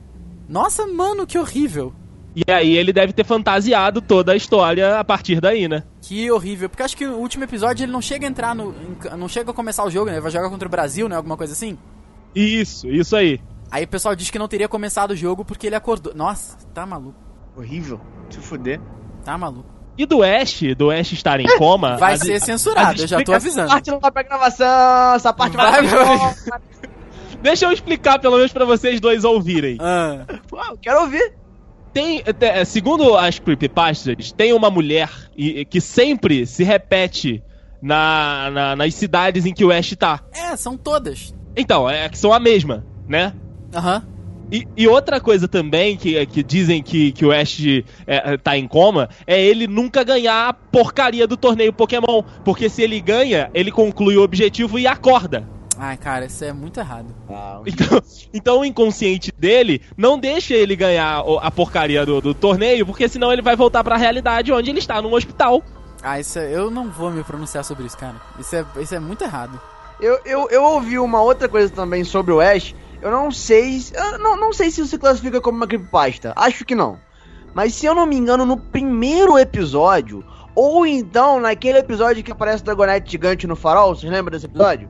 [SPEAKER 2] Nossa, mano, que horrível.
[SPEAKER 3] E aí ele deve ter fantasiado toda a história a partir daí, né?
[SPEAKER 2] Que horrível, porque acho que no último episódio ele não chega a entrar no... em- não chega a começar o jogo, né, ele vai jogar contra o Brasil, né, alguma coisa assim.
[SPEAKER 3] Isso, isso aí.
[SPEAKER 2] Aí o pessoal diz que não teria começado o jogo porque ele acordou. Nossa, tá maluco,
[SPEAKER 4] Horrível. Se fuder.
[SPEAKER 2] tá maluco.
[SPEAKER 3] E do Ash, do Ash estar em coma...
[SPEAKER 2] Vai
[SPEAKER 3] as-
[SPEAKER 2] ser
[SPEAKER 3] as
[SPEAKER 2] censurado, eu já tô
[SPEAKER 3] explica-
[SPEAKER 4] Essa
[SPEAKER 2] avisando.
[SPEAKER 4] parte não vai pra gravação, essa parte vai,
[SPEAKER 2] Vai,
[SPEAKER 4] pra
[SPEAKER 2] vai.
[SPEAKER 4] gravação.
[SPEAKER 3] Deixa eu explicar pelo menos pra vocês dois ouvirem.
[SPEAKER 2] Ah,
[SPEAKER 4] Pô, eu quero ouvir.
[SPEAKER 3] Tem, te- segundo as creepypastas, tem uma mulher e- que sempre se repete na, na- nas cidades em que o Ash tá.
[SPEAKER 2] é, são todas.
[SPEAKER 3] Então, é que são a mesma, né?
[SPEAKER 2] Aham.
[SPEAKER 3] E, e outra coisa também que, que dizem que, que o Ash é, tá em coma é ele nunca ganhar a porcaria do torneio Pokémon. Porque se ele ganha, ele conclui o objetivo e acorda.
[SPEAKER 2] Ai, cara, isso é muito errado.
[SPEAKER 3] Então, então o inconsciente dele não deixa ele ganhar o- a porcaria do, do torneio, porque senão ele vai voltar pra realidade onde ele está, num hospital.
[SPEAKER 2] Ah, isso é, eu não vou me pronunciar sobre isso, cara. Isso é, isso é muito errado.
[SPEAKER 4] Eu, eu, eu ouvi uma outra coisa também sobre o Ash. Eu não sei. se- Eu não, não sei se isso se classifica como uma creepypasta. Acho que não. Mas se eu não me engano, no primeiro episódio, ou então naquele episódio que aparece o Dragonete gigante no farol, vocês lembram desse episódio?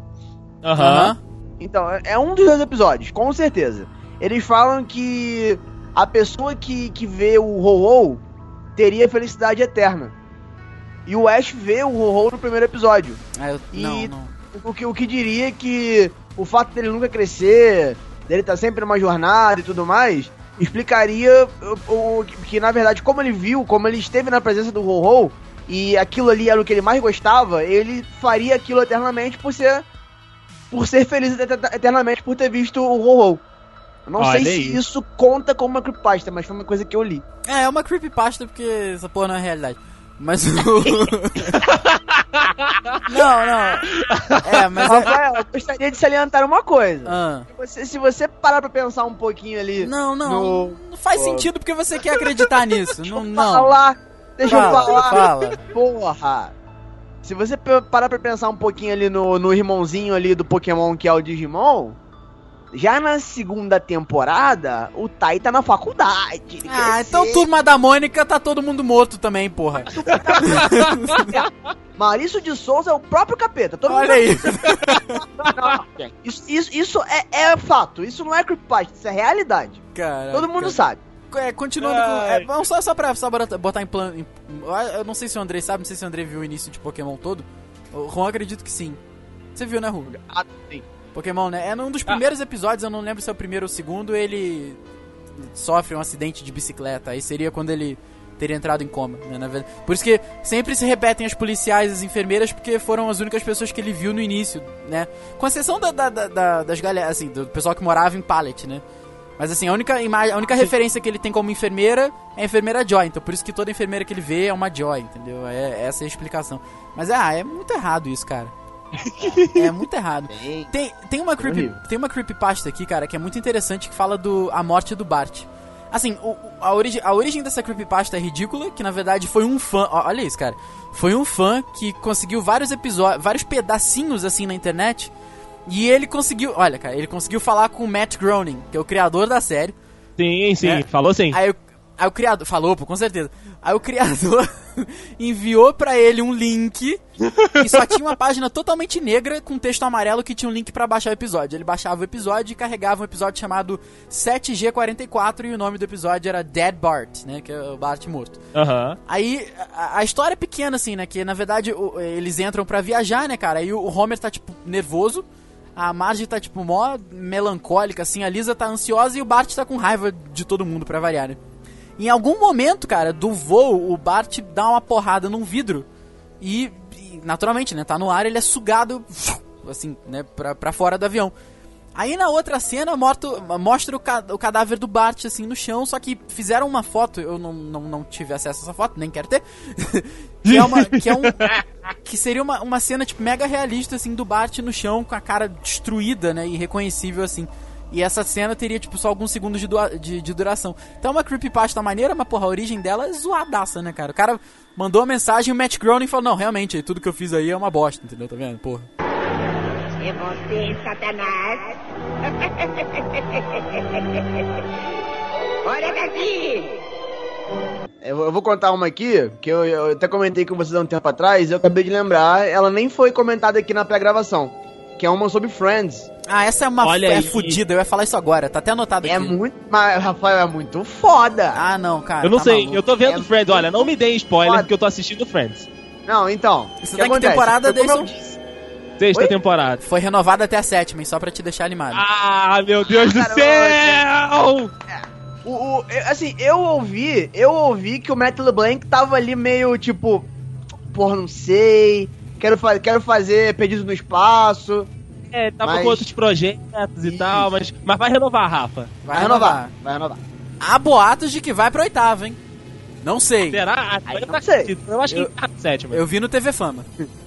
[SPEAKER 2] Aham.
[SPEAKER 4] Então, é- é um dos dois episódios, com certeza. Eles falam que a pessoa que, que vê o Ho-Oh teria felicidade eterna. E o Ash vê o Ho-Oh no primeiro episódio.
[SPEAKER 2] Ah, eu,
[SPEAKER 4] E-
[SPEAKER 2] não, não.
[SPEAKER 4] O que, o que diria que o fato dele nunca crescer, dele estar sempre numa jornada e tudo mais, explicaria o, o- que, na verdade, como ele viu, como ele esteve na presença do Ho-Ho, e aquilo ali era o que ele mais gostava, ele faria aquilo eternamente por ser, por ser feliz et- eternamente por ter visto o Ho-Ho. Eu não
[SPEAKER 3] Olha
[SPEAKER 4] sei
[SPEAKER 3] aí.
[SPEAKER 4] se isso conta como uma creepypasta, mas foi uma coisa que eu li.
[SPEAKER 2] É, é uma creepypasta porque essa porra não é realidade. Mas o... não, não. É, mas é...
[SPEAKER 4] Rafael, eu gostaria de salientar uma coisa.
[SPEAKER 2] Ah.
[SPEAKER 4] Se você, se você parar pra pensar um pouquinho ali...
[SPEAKER 2] Não, não.
[SPEAKER 4] No-
[SPEAKER 2] Não faz sentido porque você quer acreditar nisso. Não, não.
[SPEAKER 4] Falar, deixa
[SPEAKER 2] Fala,
[SPEAKER 4] eu falar.
[SPEAKER 2] fala.
[SPEAKER 4] Porra. Se você p- parar pra pensar um pouquinho ali no, no irmãozinho ali do Pokémon que é o Digimon, já na segunda temporada, o Tai tá na faculdade. ele
[SPEAKER 2] Ah,
[SPEAKER 4] quer
[SPEAKER 2] então
[SPEAKER 4] ser-
[SPEAKER 2] Turma da Mônica tá todo mundo morto também, porra.
[SPEAKER 4] Maurício de Souza é o próprio capeta. Todo
[SPEAKER 2] Olha
[SPEAKER 4] mundo...
[SPEAKER 2] aí.
[SPEAKER 4] Isso, isso, isso é, é fato. Isso não é creepypasta, isso é realidade.
[SPEAKER 2] Caraca.
[SPEAKER 4] Todo mundo sabe.
[SPEAKER 2] é, continuando com... É, vamos só, só pra só botar em plano... Em, eu não sei se o Andrei sabe, não sei se o Andrei viu o início de Pokémon todo. O Juan, acredito que sim. Você viu, né, Juan?
[SPEAKER 4] Ah, sim.
[SPEAKER 2] Pokémon, né? É num dos primeiros ah. episódios, eu não lembro se é o primeiro ou o segundo, ele sofre um acidente de bicicleta. Aí seria quando ele teria entrado em coma, né, na verdade. Por isso que sempre se repetem as policiais e as enfermeiras, porque foram as únicas pessoas que ele viu no início, né? Com exceção da, da, da, das galera, assim, do pessoal que morava em Pallet, né? Mas assim, a única, imagem, a única referência que ele tem como enfermeira é a enfermeira Joy. Então por isso que toda enfermeira que ele vê é uma Joy, entendeu? É, essa é a explicação. Mas ah, é muito errado isso, cara. É muito errado. Tem, tem, uma creepy, tem uma creepypasta aqui, cara, que é muito interessante, que fala do a morte do Bart. Assim, o, a, origi, a origem dessa creepypasta é ridícula, que na verdade foi um fã... Ó, olha isso, cara. Foi um fã que conseguiu vários episódios, vários pedacinhos assim na internet, e ele conseguiu... Olha, cara, ele conseguiu falar com o Matt Groening, que é o criador da série.
[SPEAKER 3] Sim, sim,
[SPEAKER 2] né?
[SPEAKER 3] Falou sim.
[SPEAKER 2] Aí, aí o criador... Falou, pô, com certeza. Aí o criador enviou pra ele um link e só tinha uma página totalmente negra com texto amarelo que tinha um link pra baixar o episódio. Ele baixava o episódio e carregava um episódio chamado sete G quarenta e quatro e o nome do episódio era Dead Bart, né, que é o Bart morto.
[SPEAKER 3] Uhum.
[SPEAKER 2] Aí a, a história é pequena assim, né, que na verdade o, eles entram pra viajar, né, cara, aí o, o Homer tá tipo nervoso, a Marge tá tipo mó melancólica assim, a Lisa tá ansiosa e o Bart tá com raiva de todo mundo pra variar, né. Em algum momento, cara, do voo, o Bart dá uma porrada num vidro e, e naturalmente, né, tá no ar, ele é sugado, assim, né, pra, pra fora do avião. Aí na outra cena morto, mostra o, ca, o cadáver do Bart, assim, no chão, só que fizeram uma foto, eu não, não, não tive acesso a essa foto, nem quero ter, que é uma, que é um, que seria uma, uma cena, tipo, mega realista, assim, do Bart no chão, com a cara destruída, né, irreconhecível, assim. E essa cena teria, tipo, só alguns segundos de, de, de duração. Então é uma creepypasta maneira, mas, porra, a origem dela é zoadaça, né, cara? O cara mandou uma mensagem e o Matt Groening falou, não, realmente, tudo que eu fiz aí é uma bosta, entendeu? Tá vendo? Porra.
[SPEAKER 5] É você, Satanás? Olha daqui!
[SPEAKER 4] Eu vou contar uma aqui, que eu, eu até comentei com vocês há um tempo atrás, eu acabei de lembrar, ela nem foi comentada aqui na pré-gravação, que é uma sobre Friends.
[SPEAKER 2] Ah, essa é uma
[SPEAKER 3] Olha
[SPEAKER 2] é
[SPEAKER 3] aí.
[SPEAKER 2] fudida, eu ia falar isso agora, tá até anotado aqui.
[SPEAKER 4] É muito, mas, Rafael, é muito foda.
[SPEAKER 2] Ah, não, cara.
[SPEAKER 3] Eu não
[SPEAKER 2] tá
[SPEAKER 3] sei,
[SPEAKER 2] maluco.
[SPEAKER 3] eu tô vendo
[SPEAKER 4] É
[SPEAKER 3] Friends, olha, não me deem spoiler,
[SPEAKER 4] foda.
[SPEAKER 3] porque eu tô assistindo Friends.
[SPEAKER 4] Não, então.
[SPEAKER 2] Você
[SPEAKER 4] o
[SPEAKER 2] tá em que
[SPEAKER 4] acontece?
[SPEAKER 2] temporada,
[SPEAKER 4] Foi como
[SPEAKER 2] Deison?
[SPEAKER 4] eu disse.
[SPEAKER 3] Sexta
[SPEAKER 4] Oi?
[SPEAKER 3] temporada.
[SPEAKER 2] Foi renovada até a sétima, hein, só pra te deixar animado.
[SPEAKER 3] Ah, meu Deus do
[SPEAKER 4] Caramba,
[SPEAKER 3] céu!
[SPEAKER 4] O, o, eu- assim, eu ouvi, eu ouvi que o Matt LeBlanc tava ali meio tipo, porra, não sei, quero, fa quero fazer Perdido no Espaço.
[SPEAKER 3] É, tava
[SPEAKER 4] Mas-
[SPEAKER 3] com outros projetos e
[SPEAKER 4] Isso.
[SPEAKER 3] tal, mas, mas vai renovar, Rafa.
[SPEAKER 4] Vai, renovar. vai renovar.
[SPEAKER 2] Há boatos de que vai pro oitavo, hein. Não sei.
[SPEAKER 3] Será?
[SPEAKER 4] Aí
[SPEAKER 3] eu,
[SPEAKER 4] não sei.
[SPEAKER 3] eu acho que
[SPEAKER 2] Eu-
[SPEAKER 3] tá no sétimo.
[SPEAKER 2] Eu vi no T V Fama.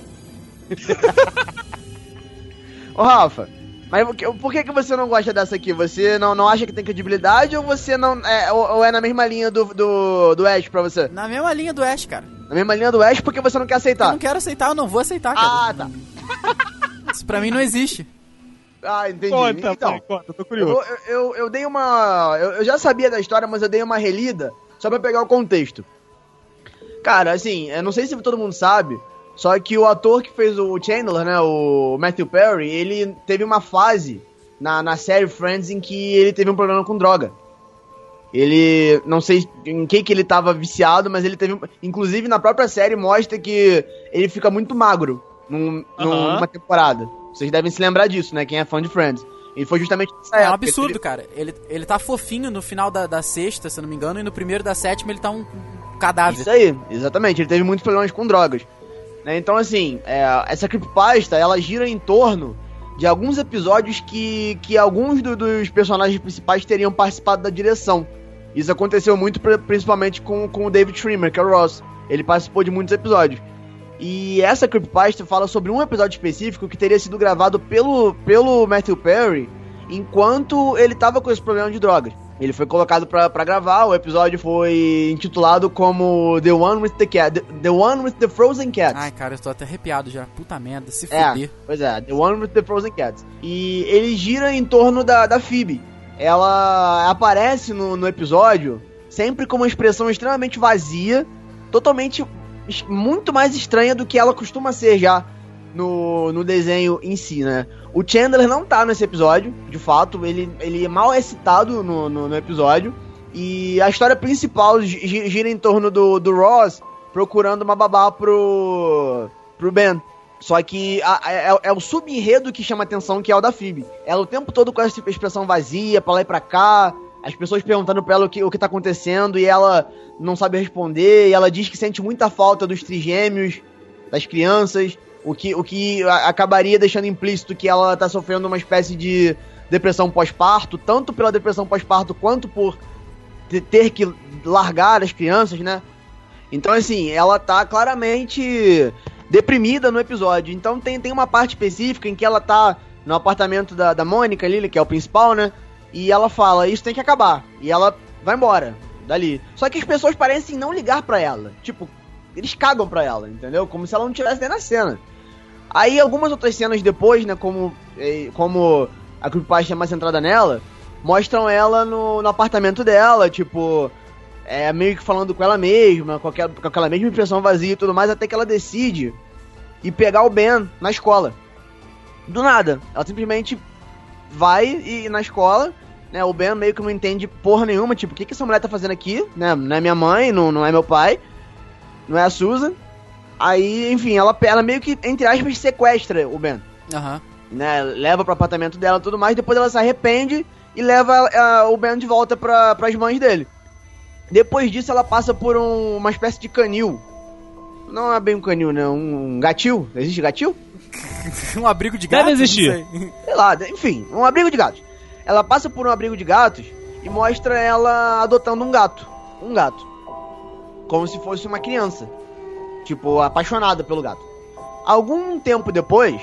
[SPEAKER 4] Ô, Rafa, mas por que- por que, que você não gosta dessa aqui? Você não, não acha que tem credibilidade ou você não. É, ou, ou é na mesma linha do, do, do Ash pra você?
[SPEAKER 2] Na mesma linha do Ash, cara.
[SPEAKER 4] Na mesma linha do Ash porque você não quer
[SPEAKER 2] Eu
[SPEAKER 4] aceitar?
[SPEAKER 2] não quero aceitar, eu não vou aceitar, cara.
[SPEAKER 4] Ah, tá.
[SPEAKER 2] Isso pra mim não existe.
[SPEAKER 4] Ah, entendi.
[SPEAKER 3] Conta,
[SPEAKER 4] então,
[SPEAKER 3] pai, conta, tô
[SPEAKER 4] eu,
[SPEAKER 3] curioso.
[SPEAKER 4] vou- eu, eu, eu dei uma. Eu, eu já sabia da história, mas eu dei uma relida só pra pegar o contexto. Cara, assim, eu não sei se todo mundo sabe, só que o ator que fez o Chandler, né, o Matthew Perry, ele teve uma fase na, na série Friends em que ele teve um problema com droga. Ele, não sei em que que ele tava viciado, mas ele teve, um- inclusive na própria série mostra que ele fica muito magro num, num-
[SPEAKER 3] Aham.
[SPEAKER 4] numa temporada. Vocês devem se lembrar disso, né, quem é fã de Friends. E foi justamente nessa
[SPEAKER 2] É um
[SPEAKER 4] época.
[SPEAKER 2] absurdo,
[SPEAKER 4] Ele-
[SPEAKER 2] cara. Ele, ele tá fofinho no final da, da sexta, se eu não me engano, e no primeiro da sétima ele tá um cadáver.
[SPEAKER 4] Isso aí, exatamente. Ele teve muitos problemas com drogas. Né? Então, assim, é, essa creepypasta, ela gira em torno de alguns episódios que, que alguns do- dos personagens principais teriam participado da direção. Isso aconteceu muito, pri- principalmente com, com o David Schwimmer, que é o Ross. Ele participou de muitos episódios. E essa creepypasta fala sobre um episódio específico que teria sido gravado pelo, pelo Matthew Perry enquanto ele tava com esse problema de drogas. Ele foi colocado pra, pra gravar, o episódio foi intitulado como The One with the Cat, The, the One with the Frozen Cats.
[SPEAKER 2] Ai, cara, eu tô até arrepiado já. Puta merda, se
[SPEAKER 4] É,
[SPEAKER 2] fuder.
[SPEAKER 4] pois é, The One with the Frozen Cats. E ele gira em torno da, da Phoebe. Ela aparece no, no episódio sempre com uma expressão extremamente vazia, totalmente, es- muito mais estranha do que ela costuma ser já no, no desenho em si, né? O Chandler não tá nesse episódio, de fato, ele, ele mal é citado no, no, no episódio. E a história principal gi- gira em torno do, do Ross procurando uma babá pro, pro Ben. Só que a, a, é, é o sub-enredo que chama atenção, que é o da Phoebe. Ela o tempo todo com essa expressão vazia, pra lá e pra cá, as pessoas perguntando pra ela o que, o que tá acontecendo e ela não sabe responder, e ela diz que sente muita falta dos trigêmeos, das crianças, o que, o que a, acabaria deixando implícito que ela tá sofrendo uma espécie de depressão pós-parto, tanto pela depressão pós-parto quanto por t- ter que largar as crianças, né? Então, assim, ela tá claramente deprimida no episódio. Então tem, tem uma parte específica em que ela tá no apartamento da, da Mônica ali, que é o principal, né? E ela fala, isso tem que acabar. E ela vai embora dali. Só que as pessoas parecem não ligar pra ela. Tipo, eles cagam pra ela, entendeu? Como se ela não tivesse nem na cena. Aí algumas outras cenas depois, né? Como, como a creepypasta é mais centrada nela, mostram ela no, no apartamento dela, tipo... É, meio que falando com ela mesma, com aquela, com aquela mesma impressão vazia e tudo mais, até que ela decide ir pegar o Ben na escola. Do nada. Ela simplesmente vai e, na escola, né, o Ben meio que não entende porra nenhuma, tipo, o que, que essa mulher tá fazendo aqui, né, não é minha mãe, não, não é meu pai, não é a Susan. Aí, enfim, ela, ela meio que, entre aspas, sequestra o Ben.
[SPEAKER 2] Aham.
[SPEAKER 4] Né, leva pro apartamento dela e tudo mais, depois ela se arrepende e leva uh, o Ben de volta pra, pras mães dele. Depois disso, ela passa por um, uma espécie de canil. Não é bem um canil, né? Um gatil. Existe gatil?
[SPEAKER 2] Um abrigo de gatos?
[SPEAKER 3] Deve existir.
[SPEAKER 2] Não sei.
[SPEAKER 4] Sei lá, enfim, um abrigo de gatos. Ela passa por um abrigo de gatos e mostra ela adotando um gato. Um gato. Como se fosse uma criança. Tipo, apaixonada pelo gato. Algum tempo depois,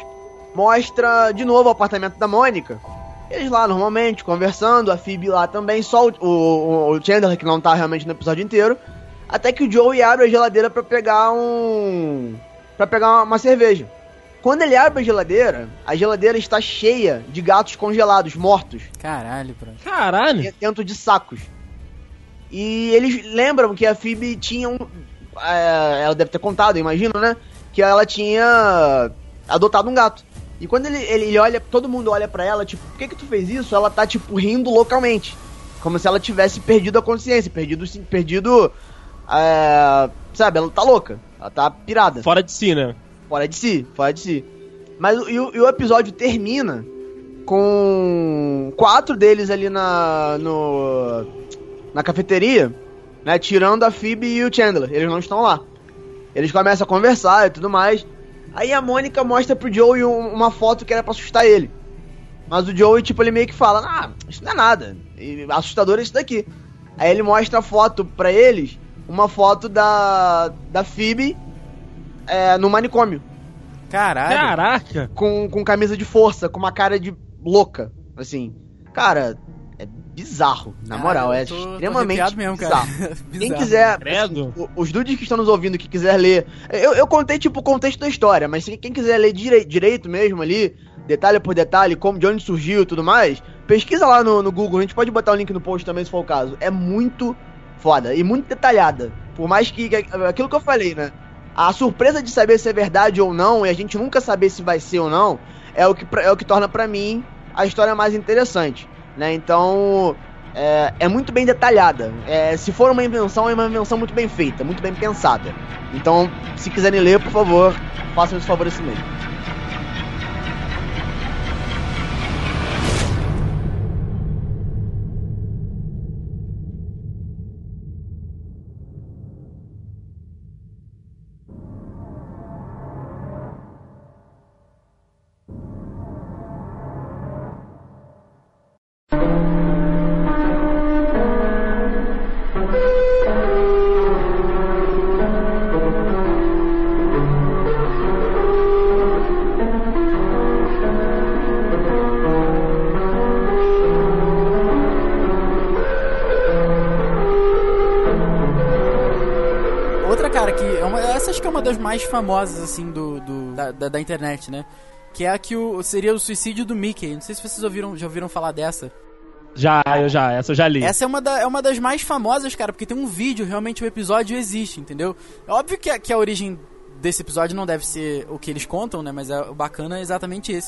[SPEAKER 4] mostra de novo o apartamento da Mônica. Eles lá normalmente, conversando, a Phoebe lá também, só o, o, o Chandler, que não tá realmente no episódio inteiro. Até que o Joey abre a geladeira pra pegar um... pra pegar uma, uma cerveja. Quando ele abre a geladeira, a geladeira está cheia de gatos congelados, mortos.
[SPEAKER 2] Caralho, bro.
[SPEAKER 3] Caralho.
[SPEAKER 4] Dentro de sacos. E eles lembram que a Phoebe tinha um... É, ela deve ter contado, imagino, né? Que ela tinha adotado um gato. E quando ele, ele, ele olha, todo mundo olha pra ela, tipo, por que que tu fez isso? Ela tá, tipo, rindo loucamente. Como se ela tivesse perdido a consciência, perdido, sim, perdido, é, sabe, ela tá louca, ela tá pirada.
[SPEAKER 3] Fora de si, né?
[SPEAKER 4] Fora de si, fora de si. Mas e o, e o episódio termina com quatro deles ali na, no, na cafeteria, né, tirando a Phoebe e o Chandler, eles não estão lá. Eles começam a conversar e tudo mais. Aí a Mônica mostra pro Joey um, uma foto que era pra assustar ele. Mas o Joey, tipo, ele meio que fala, ah, isso não é nada, e assustador é isso daqui. Aí ele mostra a foto pra eles, uma foto da, da Phoebe é, no manicômio.
[SPEAKER 2] Caralho.
[SPEAKER 3] Caraca.
[SPEAKER 4] Com, com camisa de força, com uma cara de louca, assim. Cara, é bizarro, na
[SPEAKER 2] Cara,
[SPEAKER 4] moral, é
[SPEAKER 2] eu tô- tô
[SPEAKER 4] extremamente
[SPEAKER 2] arrepiado mesmo, cara.
[SPEAKER 4] bizarro. Quem
[SPEAKER 2] Bizarro.
[SPEAKER 4] quiser,
[SPEAKER 3] Credo.
[SPEAKER 4] assim, o- os dudes que estão nos ouvindo, que quiser ler, eu, eu contei tipo o contexto da história, mas se quem quiser ler direi- direito mesmo ali, detalhe por detalhe, como, de onde surgiu e tudo mais, pesquisa lá no, no Google, a gente pode botar o link no post também se for o caso. É muito foda e muito detalhada, por mais que, que aquilo que eu falei, né, a surpresa de saber se é verdade ou não, e a gente nunca saber se vai ser ou não, é o que, pra- é o que torna pra mim a história mais interessante, né, então... É, é muito bem detalhada. É, se for uma invenção, é uma invenção muito bem feita, muito bem pensada. Então, se quiserem ler, por favor, façam esse favor esse mesmo.
[SPEAKER 2] Outra, cara, que é uma, essa acho que é uma das mais famosas, assim, do, do da, da, da internet, né? Que é a que o, seria o suicídio do Mickey. Não sei se vocês ouviram, já ouviram falar dessa.
[SPEAKER 3] Já, eu já, essa eu já li.
[SPEAKER 2] Essa é uma, da, é uma das mais famosas, cara, porque tem um vídeo, realmente o episódio existe, entendeu? É óbvio que a, que a origem desse episódio não deve ser o que eles contam, né? Mas é, o bacana é exatamente esse.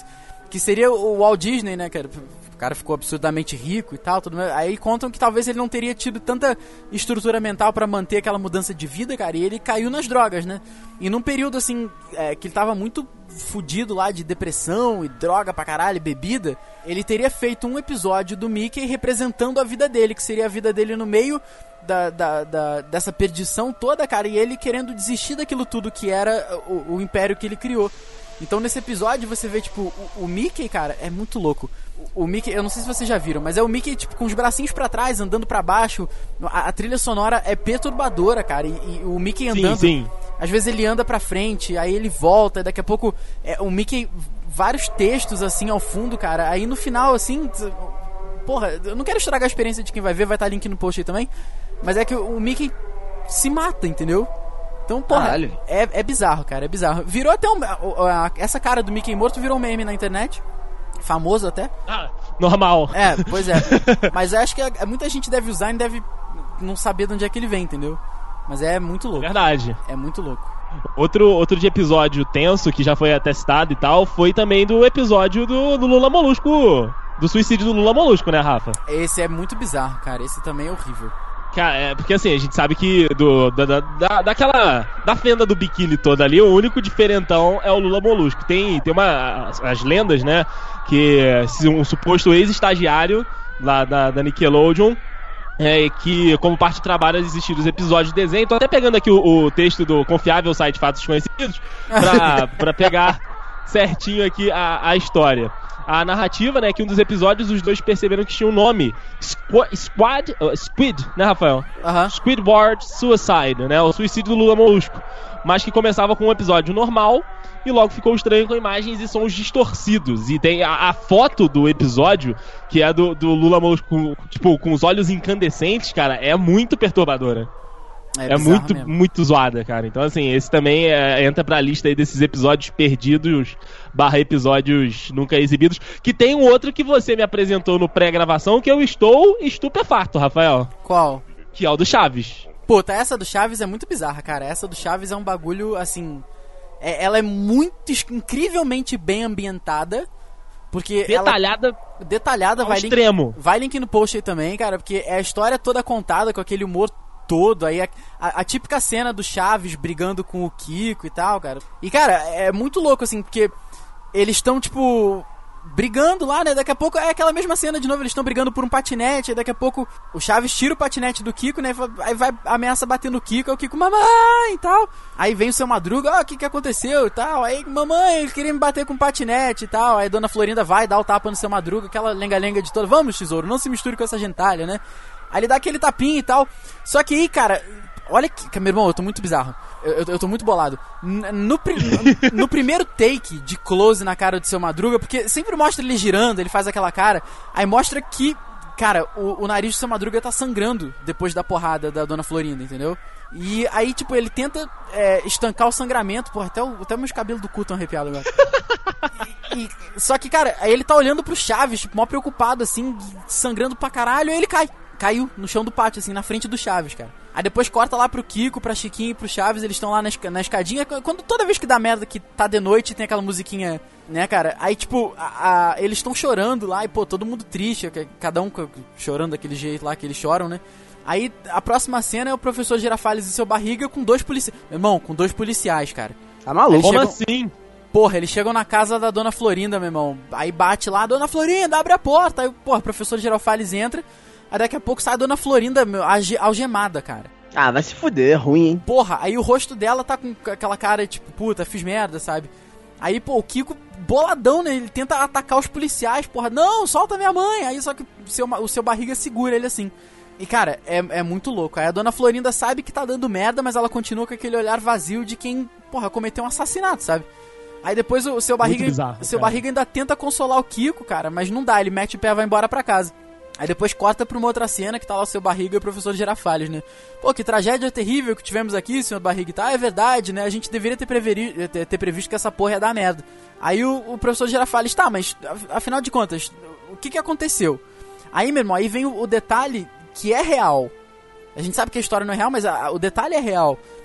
[SPEAKER 2] que seria o Walt Disney, né, cara? O cara ficou absurdamente rico e tal, tudo mais. Aí contam que talvez ele não teria tido tanta estrutura mental pra manter aquela mudança de vida, cara, e ele caiu nas drogas, né? E num período, assim, é, que ele tava muito fudido lá de depressão e droga pra caralho, bebida, ele teria feito um episódio do Mickey representando a vida dele, que seria a vida dele no meio da, da, da, dessa perdição toda, cara, e ele querendo desistir daquilo tudo que era o, o império que ele criou. Então nesse episódio você vê, tipo, o, o Mickey, cara, é muito louco. O, o Mickey, eu não sei se vocês já viram, mas é o Mickey, tipo, com os bracinhos pra trás, andando pra baixo. A, a trilha sonora é perturbadora, cara, e, e o Mickey andando...
[SPEAKER 3] Sim, sim.
[SPEAKER 2] Às vezes ele anda pra frente, aí ele volta, e daqui a pouco é, o Mickey... Vários textos, assim, ao fundo, cara. Aí no final, assim... Porra, eu não quero estragar a experiência de quem vai ver, vai estar link no post aí também. Mas é que o, o Mickey se mata, entendeu? Então, porra, é, é bizarro, cara, é bizarro. Virou até um... A, a, essa cara do Mickey morto virou um meme na internet. Famoso até.
[SPEAKER 3] Ah, normal.
[SPEAKER 2] É, pois é. Mas eu acho que a, muita gente deve usar e deve não saber de onde é que ele vem, entendeu? Mas é muito louco.
[SPEAKER 3] Verdade.
[SPEAKER 2] É muito louco.
[SPEAKER 3] Outro, outro de episódio tenso, que já foi até citado e tal, foi também do episódio do, do Lula Molusco. Do suicídio do Lula Molusco, né, Rafa?
[SPEAKER 2] Esse é muito bizarro, cara. Esse também é horrível.
[SPEAKER 3] Cara, é porque assim, a gente sabe que do, da, da, daquela... Da fenda do biquíni toda ali, o único diferentão é o Lula Molusco. Tem, tem uma... As, as lendas, né? Que um suposto ex-estagiário lá da, da Nickelodeon... É, que como parte do trabalho existiram os episódios de desenho. Tô até pegando aqui o, o texto do confiável site Fatos Conhecidos pra, pra pegar certinho aqui a, a história. A narrativa, né, que um dos episódios os dois perceberam que tinha um nome Squ- Squad, uh, Squid, né, Rafael?
[SPEAKER 2] Uh-huh.
[SPEAKER 3] Squidward Suicide, né, o suicídio do Lula Molusco. Mas que começava com um episódio normal e logo ficou estranho com imagens e sons distorcidos. E tem a, a foto do episódio, que é do, do Lula Molusco, tipo, com os olhos incandescentes, cara, é muito perturbadora. É, é muito, mesmo. muito zoada, cara. Então, assim, esse também é, entra pra lista aí desses episódios perdidos barra episódios nunca exibidos. Que tem um outro que você me apresentou no pré-gravação que eu estou estupefato, Rafael.
[SPEAKER 2] Qual?
[SPEAKER 3] Que é o do Chaves.
[SPEAKER 2] Puta, essa do Chaves é muito bizarra, cara. Essa do Chaves é um bagulho, assim... É, ela é muito, incrivelmente bem ambientada. Porque
[SPEAKER 3] detalhada.
[SPEAKER 2] Ela, detalhada,
[SPEAKER 3] ao
[SPEAKER 2] vai
[SPEAKER 3] extremo.
[SPEAKER 2] Link, vai link no post aí também, cara. Porque é a história toda contada com aquele humor todo. Aí a, a, a típica cena do Chaves brigando com o Kiko e tal, cara. E, cara, é muito louco, assim, porque eles estão, tipo... brigando lá, né? Daqui a pouco é aquela mesma cena de novo, eles estão brigando por um patinete, aí daqui a pouco o Chaves tira o patinete do Kiko, né? Aí vai, ameaça bater no Kiko, aí o Kiko, mamãe e tal. Aí vem o Seu Madruga, ó, oh, o que que aconteceu e tal. Aí, mamãe, ele queria me bater com o patinete e tal. Aí Dona Florinda vai dar o tapa no Seu Madruga, aquela lenga-lenga de toda, vamos, tesouro, não se misture com essa gentalha, né? Aí ele dá aquele tapinha e tal. Só que aí, cara, olha que, meu irmão, eu tô muito bizarro. Eu, eu, eu tô muito bolado. No, no, no primeiro take de close na cara do Seu Madruga, porque sempre mostra ele girando, ele faz aquela cara, aí mostra que, cara, o, o nariz do Seu Madruga tá sangrando depois da porrada da Dona Florinda, entendeu? E aí, tipo, ele tenta é, estancar o sangramento, porra, até, o, até meus cabelos do cu estão arrepiados agora. E, e, só que, cara, aí ele tá olhando pro Chaves, tipo, mó preocupado, assim, sangrando pra caralho, aí ele cai. Caiu no chão do pátio, assim, na frente do Chaves, cara. Aí depois corta lá pro Kiko, pra Chiquinho e pro Chaves, eles estão lá na, na escadinha. Quando, toda vez que dá merda, que tá de noite, tem aquela musiquinha, né, cara? Aí, tipo, a, a, eles estão chorando lá e, pô, todo mundo triste, cada um chorando daquele jeito lá que eles choram, né? Aí, a próxima cena é o professor Girafales e Seu Barriga com dois policiais. Irmão, com dois policiais, cara.
[SPEAKER 4] Tá maluco?
[SPEAKER 3] Como
[SPEAKER 2] chegam...
[SPEAKER 3] assim?
[SPEAKER 2] Porra, eles chegam na casa da Dona Florinda, meu irmão. Aí bate lá, Dona Florinda, abre a porta. Aí, porra, o professor Girafales entra. Aí daqui a pouco sai a Dona Florinda, meu, algemada, cara.
[SPEAKER 4] Ah, vai se fuder, é ruim, hein?
[SPEAKER 2] Porra, aí o rosto dela tá com aquela cara, tipo, puta, fiz merda, sabe? Aí, pô, o Kiko, boladão, né? Ele tenta atacar os policiais, porra. Não, solta minha mãe! Aí só que o seu, o seu Barriga segura ele assim. E, cara, é, é muito louco. Aí a Dona Florinda sabe que tá dando merda, mas ela continua com aquele olhar vazio de quem, porra, cometeu um assassinato, sabe? Aí depois o, o seu Barriga,
[SPEAKER 3] bizarro,
[SPEAKER 2] o seu
[SPEAKER 3] cara.
[SPEAKER 2] Barriga ainda tenta consolar o Kiko, cara, mas não dá, ele mete o pé e vai embora pra casa. Aí depois corta pra uma outra cena que tá lá o Seu Barriga e o professor Girafales, né? Pô, que tragédia terrível que tivemos aqui, senhor Barriga. Tá, é verdade, né? A gente deveria ter, preveri- ter, ter previsto que essa porra ia dar merda. Aí o, o professor Girafales, tá, mas afinal de contas, o que que aconteceu? Aí, meu irmão, aí vem o, o detalhe que é real. A gente sabe que a história não é real, mas a, o detalhe é real.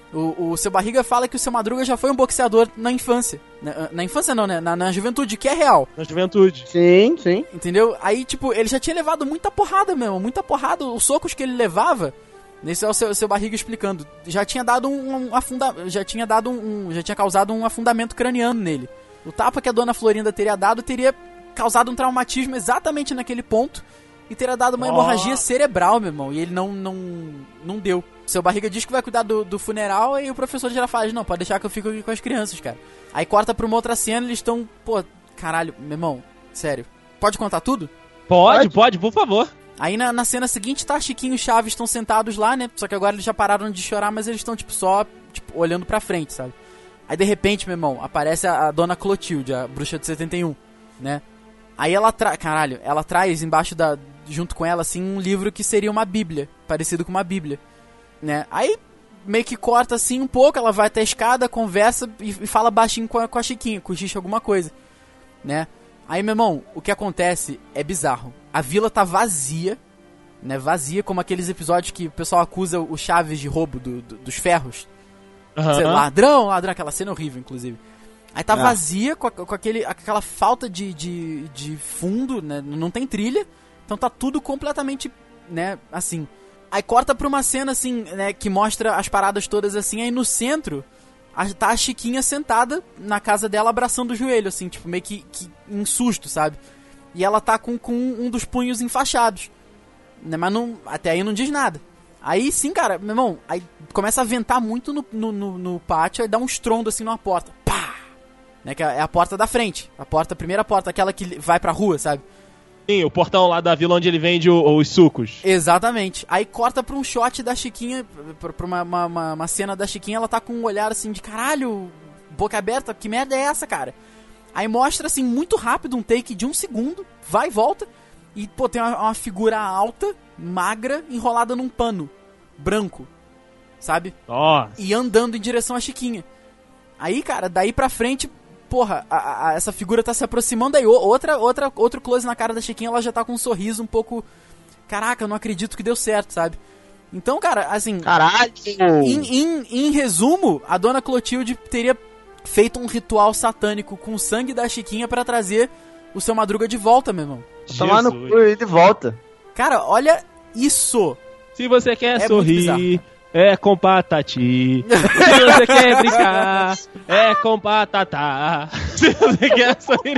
[SPEAKER 2] O, o Seu Barriga fala que o Seu Madruga já foi um boxeador na infância. Na, na infância não, né? Na, na juventude, que é real.
[SPEAKER 3] Na juventude.
[SPEAKER 4] Sim, sim.
[SPEAKER 2] Entendeu? Aí, tipo, ele já tinha levado muita porrada mesmo, muita porrada. Os socos que ele levava, nesse é o Seu, seu Barriga explicando, já tinha dado um, um afunda, já tinha dado um, um, já tinha causado um afundamento craniano nele. O tapa que a Dona Florinda teria dado teria causado um traumatismo exatamente naquele ponto e teria dado uma
[SPEAKER 3] Oh.
[SPEAKER 2] hemorragia cerebral, meu irmão. E ele não, não, não deu. Seu Barriga diz que vai cuidar do, do funeral e o professor já fala, não, pode deixar que eu fico aqui com as crianças, cara. Aí corta pra uma outra cena, eles estão, pô, caralho, meu irmão, sério. Pode contar tudo?
[SPEAKER 3] Pode, pode, por favor.
[SPEAKER 2] Aí na, na cena seguinte, tá, Chiquinho e Chaves estão sentados lá, né? Só que agora eles já pararam de chorar, mas eles estão, tipo, só, tipo, olhando pra frente, sabe? Aí de repente, meu irmão, aparece a, a Dona Clotilde, a bruxa de setenta e um, né? Aí ela traz, caralho, ela traz embaixo da, junto com ela, assim, um livro que seria uma bíblia, parecido com uma bíblia, né? Aí meio que corta assim um pouco, ela vai até a escada, conversa e, e fala baixinho com a, com a Chiquinha, cochicha alguma coisa, né? Aí, meu irmão, o que acontece é bizarro. A vila tá vazia, né? Vazia, como aqueles episódios que o pessoal acusa o Chaves de roubo do, do, dos ferros.
[SPEAKER 3] Uhum.
[SPEAKER 2] Sei, ladrão, ladrão, aquela cena horrível, inclusive. Aí tá
[SPEAKER 4] Ah.
[SPEAKER 2] vazia, com, a- com aquele, aquela falta de, de, de fundo, né? Não tem trilha, então tá tudo completamente, né, assim. Aí corta pra uma cena, assim, né, que mostra as paradas todas, assim, aí no centro a, tá a Chiquinha sentada na casa dela abraçando o joelho, assim, tipo, meio que, que em susto, sabe? E ela tá com, com um dos punhos enfaixados, né, mas não, até aí não diz nada. Aí sim, cara, meu irmão, aí começa a ventar muito no, no, no, no pátio, aí dá um estrondo assim numa porta. Pá! Né, que é a porta da frente. A porta, a primeira porta, aquela que vai pra rua, sabe?
[SPEAKER 3] Sim, o portão lá da vila onde ele vende o- os sucos.
[SPEAKER 2] Exatamente. Aí corta pra um shot da Chiquinha, pra, pra uma, uma, uma, uma cena da Chiquinha, ela tá com um olhar assim de caralho, boca aberta, que merda é essa, cara? Aí mostra assim, muito rápido, um take de um segundo, vai e volta, e pô, tem uma, uma figura alta, magra, enrolada num pano branco, sabe?
[SPEAKER 3] Nossa.
[SPEAKER 2] E andando em direção à Chiquinha. Aí, cara, daí pra frente, porra, a, a, essa figura tá se aproximando, aí o- outra, outra, outro close na cara da Chiquinha, ela já tá com um sorriso um pouco, caraca, eu não acredito que deu certo, sabe? Então, cara, assim,
[SPEAKER 4] Caralho!
[SPEAKER 2] em, em, em resumo, a Dona Clotilde teria feito um ritual satânico com o sangue da Chiquinha pra trazer o Seu Madruga de volta, meu irmão.
[SPEAKER 4] Tomar no
[SPEAKER 3] Jesus.
[SPEAKER 4] cu e de volta.
[SPEAKER 2] Cara, olha isso!
[SPEAKER 3] Se você quer
[SPEAKER 2] É
[SPEAKER 3] sorrir, é com patati. Se você quer brincar, é com patatá. Se você quer sorrir,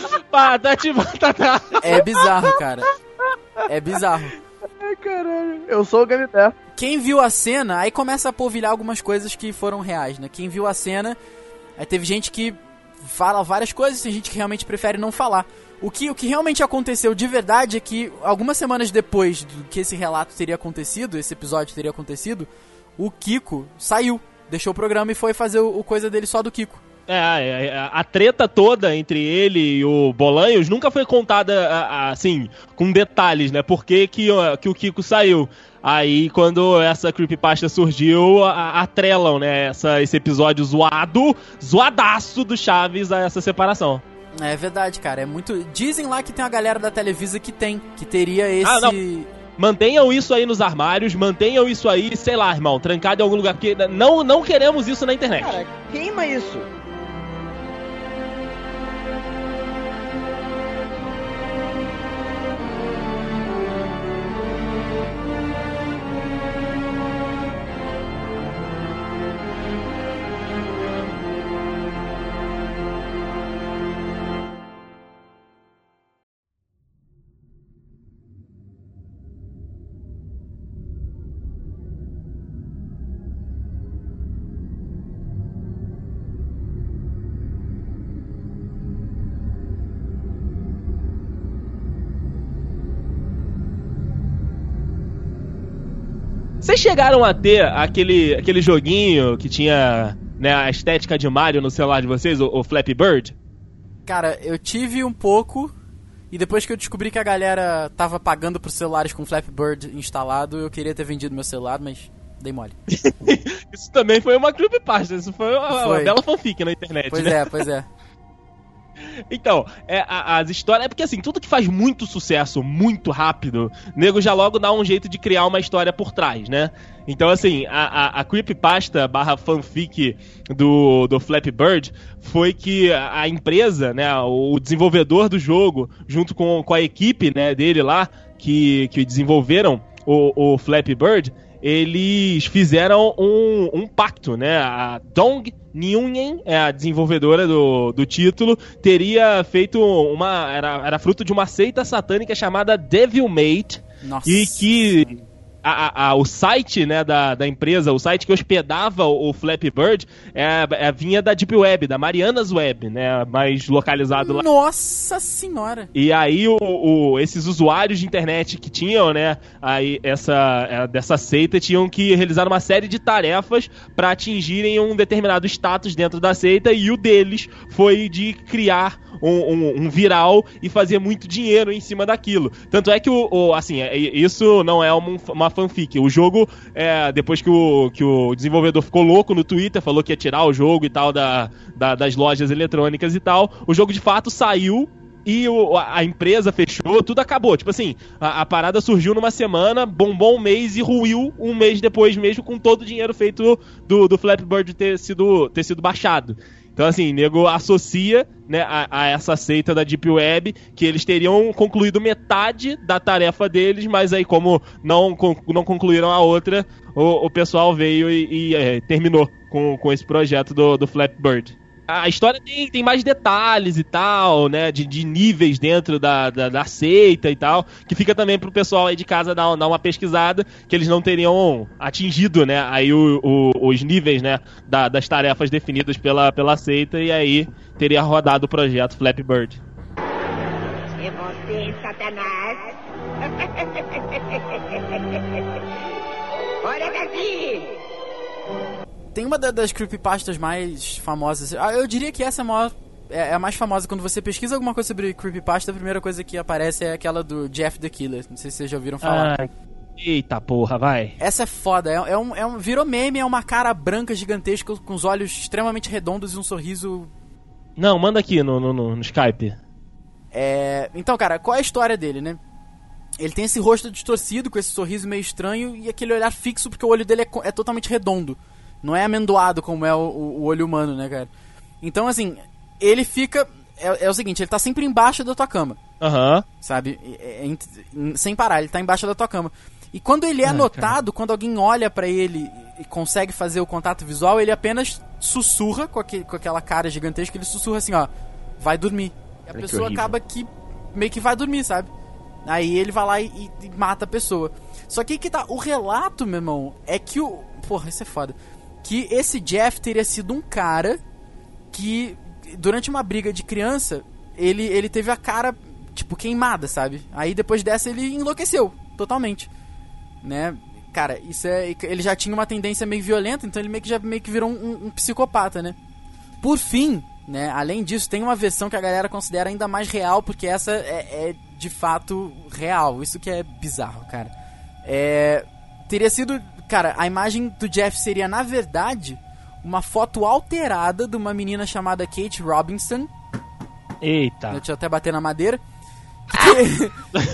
[SPEAKER 3] patati patatá.
[SPEAKER 2] É bizarro, cara. É bizarro.
[SPEAKER 4] Ai, caralho. Eu sou o Gamité.
[SPEAKER 2] Quem viu a cena, aí começa a polvilhar algumas coisas que foram reais, né? Quem viu a cena, aí teve gente que fala várias coisas, tem gente que realmente prefere não falar. O que, o que realmente aconteceu de verdade é que, algumas semanas depois do que esse relato teria acontecido, esse episódio teria acontecido, o Kiko saiu, deixou o programa e foi fazer o, o coisa dele só do Kiko.
[SPEAKER 3] É, é, a, a treta toda entre ele e o Bolanhos nunca foi contada a- a- assim, com detalhes, né? Por que, que, ó, que o Kiko saiu. Aí, quando essa creepypasta surgiu, a- atrelam, né? Essa, esse episódio zoado, zoadaço do Chaves a essa separação.
[SPEAKER 2] É verdade, cara, é muito... Dizem lá que tem uma galera da Televisa que tem, que teria esse...
[SPEAKER 3] Ah, não. Mantenham isso aí nos armários, mantenham isso aí, sei lá, irmão, trancado em algum lugar, porque não, não queremos isso na internet.
[SPEAKER 4] Cara, queima isso.
[SPEAKER 3] Vocês chegaram a ter aquele, aquele joguinho que tinha, né, a estética de Mario no celular de vocês, o, o Flappy Bird?
[SPEAKER 2] Cara, eu tive um pouco, e depois que eu descobri que a galera tava pagando pros celulares com Flappy Bird instalado, eu queria ter vendido meu celular, mas dei mole.
[SPEAKER 3] Isso também foi uma creepypasta, isso foi uma, uma
[SPEAKER 2] Foi.
[SPEAKER 3] bela fanfic na internet,
[SPEAKER 2] Pois
[SPEAKER 3] né?
[SPEAKER 2] é, pois é.
[SPEAKER 3] Então, é, a, as histórias... É porque, assim, tudo que faz muito sucesso, muito rápido, o nego já logo dá um jeito de criar uma história por trás, né? Então, assim, a, a, a creepypasta barra fanfic do, do Flappy Bird foi que a, a empresa, né, o desenvolvedor do jogo, junto com, com a equipe, né, dele lá, que, que desenvolveram o, o Flappy Bird, eles fizeram um, um pacto, né? A Dong Nguyen, é a desenvolvedora do, do título, teria feito uma... Era, era fruto de uma seita satânica chamada Devilmate.
[SPEAKER 2] Nossa.
[SPEAKER 3] E que... A, a, o site, né, da, da empresa, o site que hospedava o, o Flappy Bird, é, é, vinha da Deep Web, da Marianas Web, né, mais localizado lá.
[SPEAKER 2] Nossa senhora!
[SPEAKER 3] E aí o, o, esses usuários de internet que tinham, né, aí essa, é, dessa seita tinham que realizar uma série de tarefas para atingirem um determinado status dentro da seita, e o deles foi de criar um, um, um viral e fazer muito dinheiro em cima daquilo. Tanto é que o, o assim, é, isso não é uma, uma fanfic. O jogo, é, depois que o, que o desenvolvedor ficou louco no Twitter, falou que ia tirar o jogo e tal da, da, das lojas eletrônicas e tal, o jogo de fato saiu e o, a empresa fechou, tudo acabou. Tipo assim, a, a parada surgiu numa semana, bombou um mês e ruiu um mês depois mesmo, com todo o dinheiro feito do, do Flappy Bird ter sido, ter sido baixado. Então, assim, nego associa, né, a, a essa seita da Deep Web que eles teriam concluído metade da tarefa deles, mas aí, como não, não concluíram a outra, o, o pessoal veio e, e é, terminou com, com esse projeto do, do Flappy Bird. A história tem, tem mais detalhes e tal, né, de, de níveis dentro da, da, da seita e tal, que fica também pro pessoal aí de casa dar, dar uma pesquisada, que eles não teriam atingido, né, aí o, o, os níveis, né, da, das tarefas definidas pela, pela seita, e aí teria rodado o projeto Flappy Bird.
[SPEAKER 5] É você, Satanás? Olha daqui!
[SPEAKER 2] Tem uma da- das creepypastas mais famosas. Ah, eu diria que essa é a maior. É é a mais famosa. Quando você pesquisa alguma coisa sobre creepypasta, a primeira coisa que aparece é aquela do Jeff the Killer. Não sei se vocês já ouviram falar.
[SPEAKER 3] Ah, eita porra, vai.
[SPEAKER 2] Essa é foda. É, é um, é um. Virou meme, é uma cara branca gigantesca com os olhos extremamente redondos e um sorriso.
[SPEAKER 3] Não, manda aqui no, no, no, no Skype.
[SPEAKER 2] É. Então, cara, qual é a história dele, né? Ele tem esse rosto distorcido, com esse sorriso meio estranho e aquele olhar fixo, porque o olho dele é, co- é totalmente redondo. Não é amendoado como é o, o, o olho humano, né, cara? Então, assim, ele fica... É, é o seguinte, ele tá sempre embaixo da tua cama,
[SPEAKER 3] Aham.
[SPEAKER 2] sabe? É- é ent- sem parar, ele tá embaixo da tua cama. E quando ele é
[SPEAKER 3] Ai,
[SPEAKER 2] notado, quando alguém olha pra ele e consegue fazer o contato visual, ele apenas sussurra com, aquele, com aquela cara gigantesca, ele sussurra assim, ó, vai dormir. E a
[SPEAKER 4] Olha que
[SPEAKER 2] pessoa
[SPEAKER 4] horrível.
[SPEAKER 2] acaba que meio que vai dormir, sabe? Aí ele vai lá e, e- e mata a pessoa. Só que aí que tá, o relato, meu irmão, é que o... Porra, isso é foda. Que esse Jeff teria sido um cara que, durante uma briga de criança, ele, ele teve a cara, tipo, queimada, sabe? Aí depois dessa ele enlouqueceu, totalmente. Né? Cara, isso é... Ele já tinha uma tendência meio violenta, então ele meio que já meio que virou um, um psicopata, né? Por fim, né? Além disso, tem uma versão que a galera considera ainda mais real, porque essa é, é de fato real. Isso que é bizarro, cara. É... Teria sido... Cara, a imagem do Jeff seria, na verdade, uma foto alterada de uma menina chamada Kate Robinson.
[SPEAKER 3] Eita.
[SPEAKER 2] Deixa eu até bater na madeira. Que,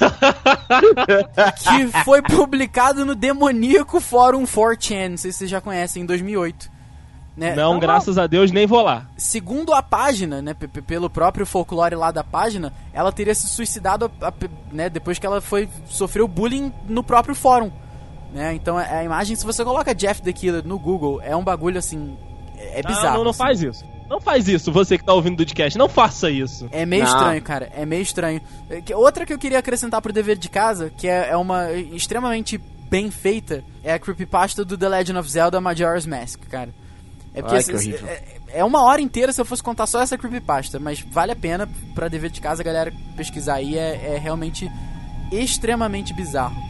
[SPEAKER 2] que foi publicado no demoníaco fórum four chan. Não sei se vocês já conhecem, em dois mil e oito. Né?
[SPEAKER 3] Não,
[SPEAKER 2] Então,
[SPEAKER 3] graças a Deus, nem vou lá.
[SPEAKER 2] Segundo a página, né, p- p- pelo próprio folclore lá da página, ela teria se suicidado a- a- né, depois que ela foi sofreu bullying no próprio fórum. Né? Então a, a imagem, se você coloca Jeff the Killer no Google, é um bagulho assim. É, é bizarro.
[SPEAKER 3] Não, não, não
[SPEAKER 2] assim.
[SPEAKER 3] faz isso. Não faz isso, você que tá ouvindo do podcast. Não faça isso.
[SPEAKER 2] É meio
[SPEAKER 4] Não.
[SPEAKER 2] estranho, cara. É meio estranho. É que- Outra que eu queria acrescentar pro dever de casa, que é, é uma extremamente bem feita, é a creepypasta do The Legend of Zelda Majora's Mask, cara. É porque
[SPEAKER 4] Ai,
[SPEAKER 2] esse-
[SPEAKER 4] que horrível.
[SPEAKER 2] é, é uma hora inteira se eu fosse contar só essa creepypasta, mas vale a pena pra dever de casa a galera pesquisar aí. É, é realmente extremamente bizarro.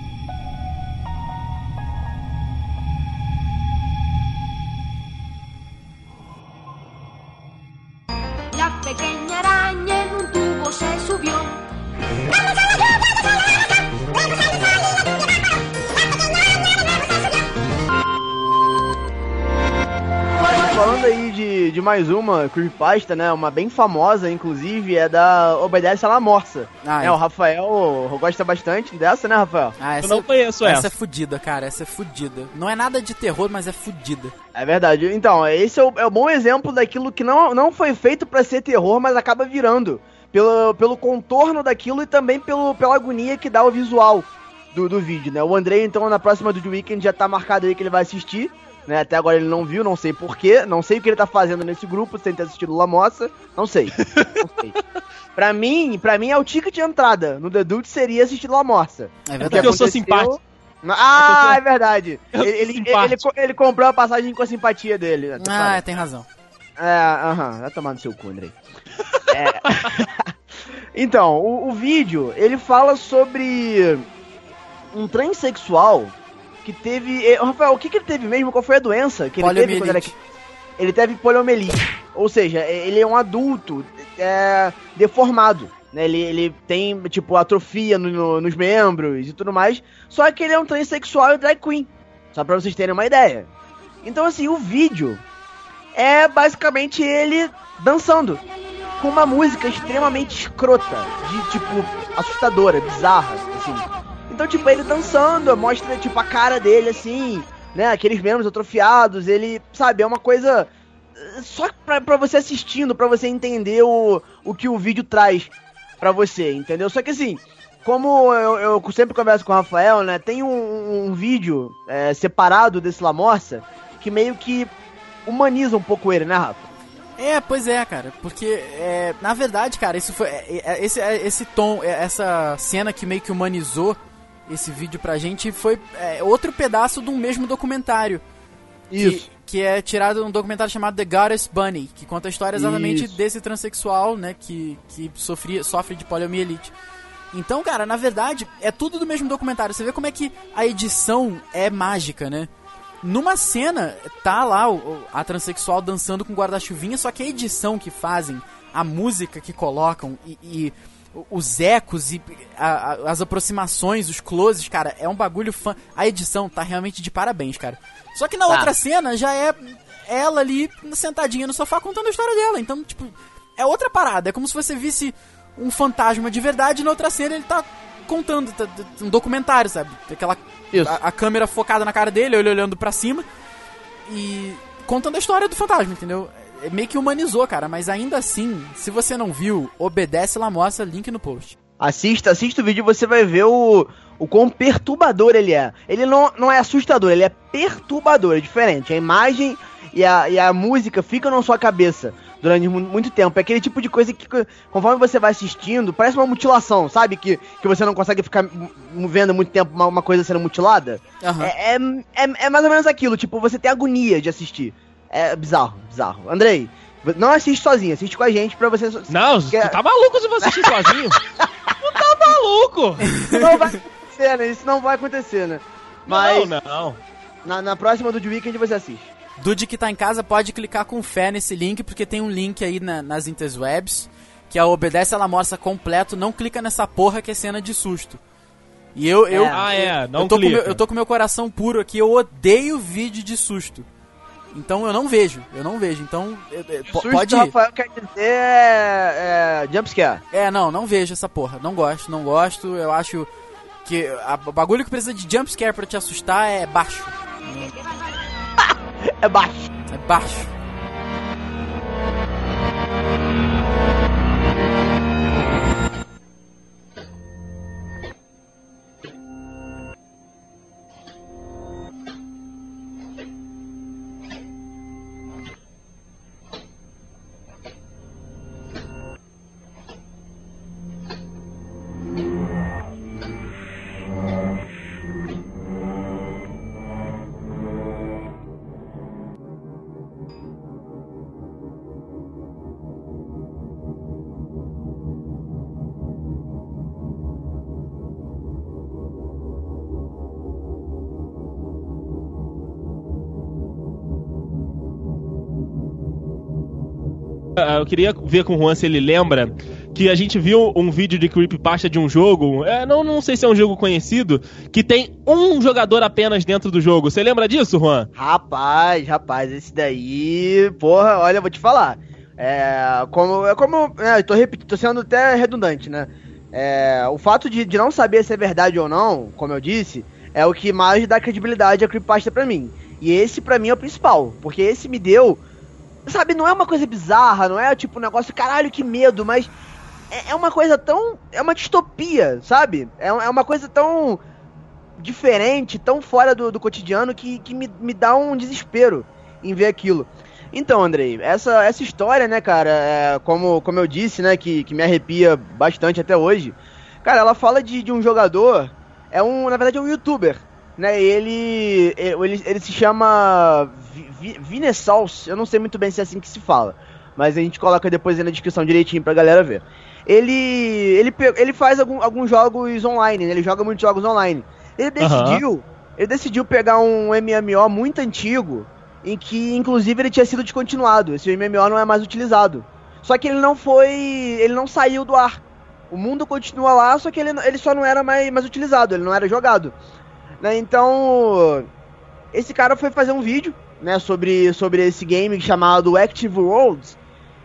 [SPEAKER 6] La pequeña araña en un tubo se subió.
[SPEAKER 4] Falando aí de, de mais uma creepypasta, né? Uma bem famosa, inclusive, é da Obedece a La Morsa.
[SPEAKER 2] Ah,
[SPEAKER 4] é,
[SPEAKER 2] é.
[SPEAKER 4] o Rafael gosta bastante dessa, né, Rafael?
[SPEAKER 2] Ah, essa,
[SPEAKER 3] Eu não conheço
[SPEAKER 2] essa
[SPEAKER 3] essa.
[SPEAKER 2] é fudida, cara. Essa é fudida. Não é nada de terror, mas é fudida.
[SPEAKER 4] É verdade. Então, esse é o, é o bom exemplo daquilo que não, não foi feito pra ser terror, mas acaba virando. Pelo, pelo contorno daquilo e também pelo, pela agonia que dá o visual do, do vídeo, né? O Andrei, então, na próxima do The Weeknd já tá marcado aí que ele vai assistir, né? Até agora ele não viu, não sei porquê, não sei o que ele tá fazendo nesse grupo, sem ter assistido La Mossa, não sei. Não sei. Pra mim, pra mim é o ticket de entrada no The Dude seria assistir La Mossa.
[SPEAKER 2] É
[SPEAKER 3] Porque eu sou
[SPEAKER 4] aconteceu-
[SPEAKER 3] simpático.
[SPEAKER 4] Ah, é verdade.
[SPEAKER 3] Eu
[SPEAKER 4] Ele,
[SPEAKER 3] sou
[SPEAKER 4] ele, ele,
[SPEAKER 3] simpático.
[SPEAKER 4] ele comprou a passagem com a simpatia dele. né?
[SPEAKER 2] Ah, tem razão.
[SPEAKER 4] É, aham, vai tomar no seu cu, Andrei. É. Então, o, o vídeo, ele fala sobre um transexual que teve... eh, Rafael, o que, que ele teve mesmo? Qual foi a doença que ele teve quando era...
[SPEAKER 2] Poliomielite.
[SPEAKER 4] Ele teve poliomielite. Ou seja, eh, ele é um adulto é, deformado. Né? Ele, ele tem, tipo, atrofia no- no- nos membros e tudo mais. Só que ele é um transexual e drag queen. Só pra vocês terem uma ideia. Então, assim, o vídeo é basicamente ele dançando com uma música extremamente escrota, de tipo assustadora, bizarra, assim. Então, tipo, ele dançando, mostra tipo a cara dele assim, né, aqueles membros atrofiados, ele, sabe, é uma coisa eh, só pra, pra você assistindo, pra você entender o, o que o vídeo traz pra você, entendeu? Só que assim, como eu, eu sempre converso com o Rafael, né, tem um, um vídeo é, separado desse La Morsa que meio que humaniza um pouco ele, né, Rafa?
[SPEAKER 2] É, pois é, cara, porque, é, na verdade, cara, isso foi, é, é, esse, é, esse tom, é, essa cena que meio que humanizou esse vídeo pra gente foi é, outro pedaço de um mesmo documentário.
[SPEAKER 4] Isso.
[SPEAKER 2] Que, que é tirado de um documentário chamado The Goddess Bunny, que conta a história exatamente
[SPEAKER 4] Isso.
[SPEAKER 2] desse transexual, né, que, que sofria, sofre de poliomielite. Então, cara, na verdade, é tudo do mesmo documentário. Você vê como é que a edição é mágica, né? Numa cena, tá lá o, o- a transexual dançando com guarda-chuvinha, só que a edição que fazem, a música que colocam e, e o- os ecos e a- a- as aproximações, os closes, cara, é um bagulho fã. A edição tá realmente de parabéns, cara. Só que na
[SPEAKER 4] Tá.
[SPEAKER 2] outra cena já é ela ali sentadinha no sofá contando a história dela. Então, tipo, é outra parada. É como se você visse um fantasma de verdade e na outra cena ele tá contando, tá- tá- um documentário, sabe? Aquela
[SPEAKER 4] Isso.
[SPEAKER 2] a, a câmera focada na cara dele, ele olhando pra cima e contando a história do fantasma, entendeu? É meio que humanizou, cara, mas ainda assim, se você não viu, Obedece La Mossa, link no post.
[SPEAKER 4] Assista, assista o vídeo e você vai ver o, o quão perturbador ele é. Ele não, não é assustador, ele é perturbador, é diferente. A imagem e a, e a música ficam na sua cabeça durante mu- muito tempo. É aquele tipo de coisa que, conforme você vai assistindo, parece uma mutilação, sabe? Que, que você não consegue ficar mu- mu- vendo muito tempo uma, uma coisa sendo mutilada.
[SPEAKER 2] Aham.
[SPEAKER 4] É, é, é, é mais ou menos aquilo, tipo, você tem agonia de assistir. É bizarro, bizarro. Andrei, não assiste sozinho, assiste com a gente pra você...
[SPEAKER 3] Não,
[SPEAKER 4] que-
[SPEAKER 3] tu tá maluco se você assistir sozinho? Tu tá maluco?
[SPEAKER 4] Isso não vai acontecer, né? Isso não vai acontecer, né? Mas
[SPEAKER 3] Não, não.
[SPEAKER 4] Na, na próxima do The Weeknd você assiste.
[SPEAKER 2] Dude que tá em casa pode clicar com fé nesse link, porque tem um link aí na- nas interwebs, que é o Obedece La Mossa completo, não clica nessa porra que é cena de susto. E eu, eu,
[SPEAKER 3] Ah, é, não
[SPEAKER 2] eu, tô com
[SPEAKER 3] clica.
[SPEAKER 2] meu, eu tô com meu coração puro aqui, eu odeio vídeo de susto. Então eu não vejo, eu não vejo. Então, eu- eu- po-
[SPEAKER 4] Susto,
[SPEAKER 2] pode ir.
[SPEAKER 4] Rafael quer dizer é, é, jumpscare.
[SPEAKER 2] É, não, não vejo essa porra. Não gosto, não gosto. Eu acho que a- o bagulho que precisa de jumpscare pra te assustar é baixo.
[SPEAKER 4] É baixo.
[SPEAKER 2] É baixo.
[SPEAKER 3] Ah, eu queria ver com o Juan se ele lembra que a gente viu um vídeo de creepypasta de um jogo, é, não, não sei se é um jogo conhecido, que tem um jogador apenas dentro do jogo. Você lembra disso, Juan?
[SPEAKER 4] Rapaz, rapaz, esse daí, porra, olha, eu vou te falar. É, como, é como, é, eu tô repetindo, tô sendo até redundante, né? É, o fato de, de não saber se é verdade ou não, como eu disse, é o que mais dá credibilidade à creepypasta pra mim. E esse pra mim é o principal, porque esse me deu, sabe, não é uma coisa bizarra, não é tipo um negócio, caralho, que medo, mas é, é uma coisa tão, é uma distopia, sabe? É, é uma coisa tão diferente, tão fora do, do cotidiano que, que me, me dá um desespero em ver aquilo. Então, Andrei, essa, essa história, né, cara, é, como, como eu disse, né, que, que me arrepia bastante até hoje, cara, ela fala de, de um jogador, é um, na verdade é um youtuber, né, ele, ele, ele se chama Vinesauce, eu não sei muito bem se é assim que se fala, mas a gente coloca depois aí na descrição direitinho pra galera ver. Ele, ele, ele faz algum, alguns jogos online, né, ele joga muitos jogos online. Ele decidiu, uhum. ele decidiu pegar um M M O muito antigo, em que, inclusive, ele tinha sido descontinuado. Esse M M O não é mais utilizado. Só que ele não foi... ele não saiu do ar. O mundo continua lá, só que ele, ele só não era mais, mais utilizado, ele não era jogado. Né? Então, esse cara foi fazer um vídeo, né, sobre, sobre esse game chamado Active Worlds.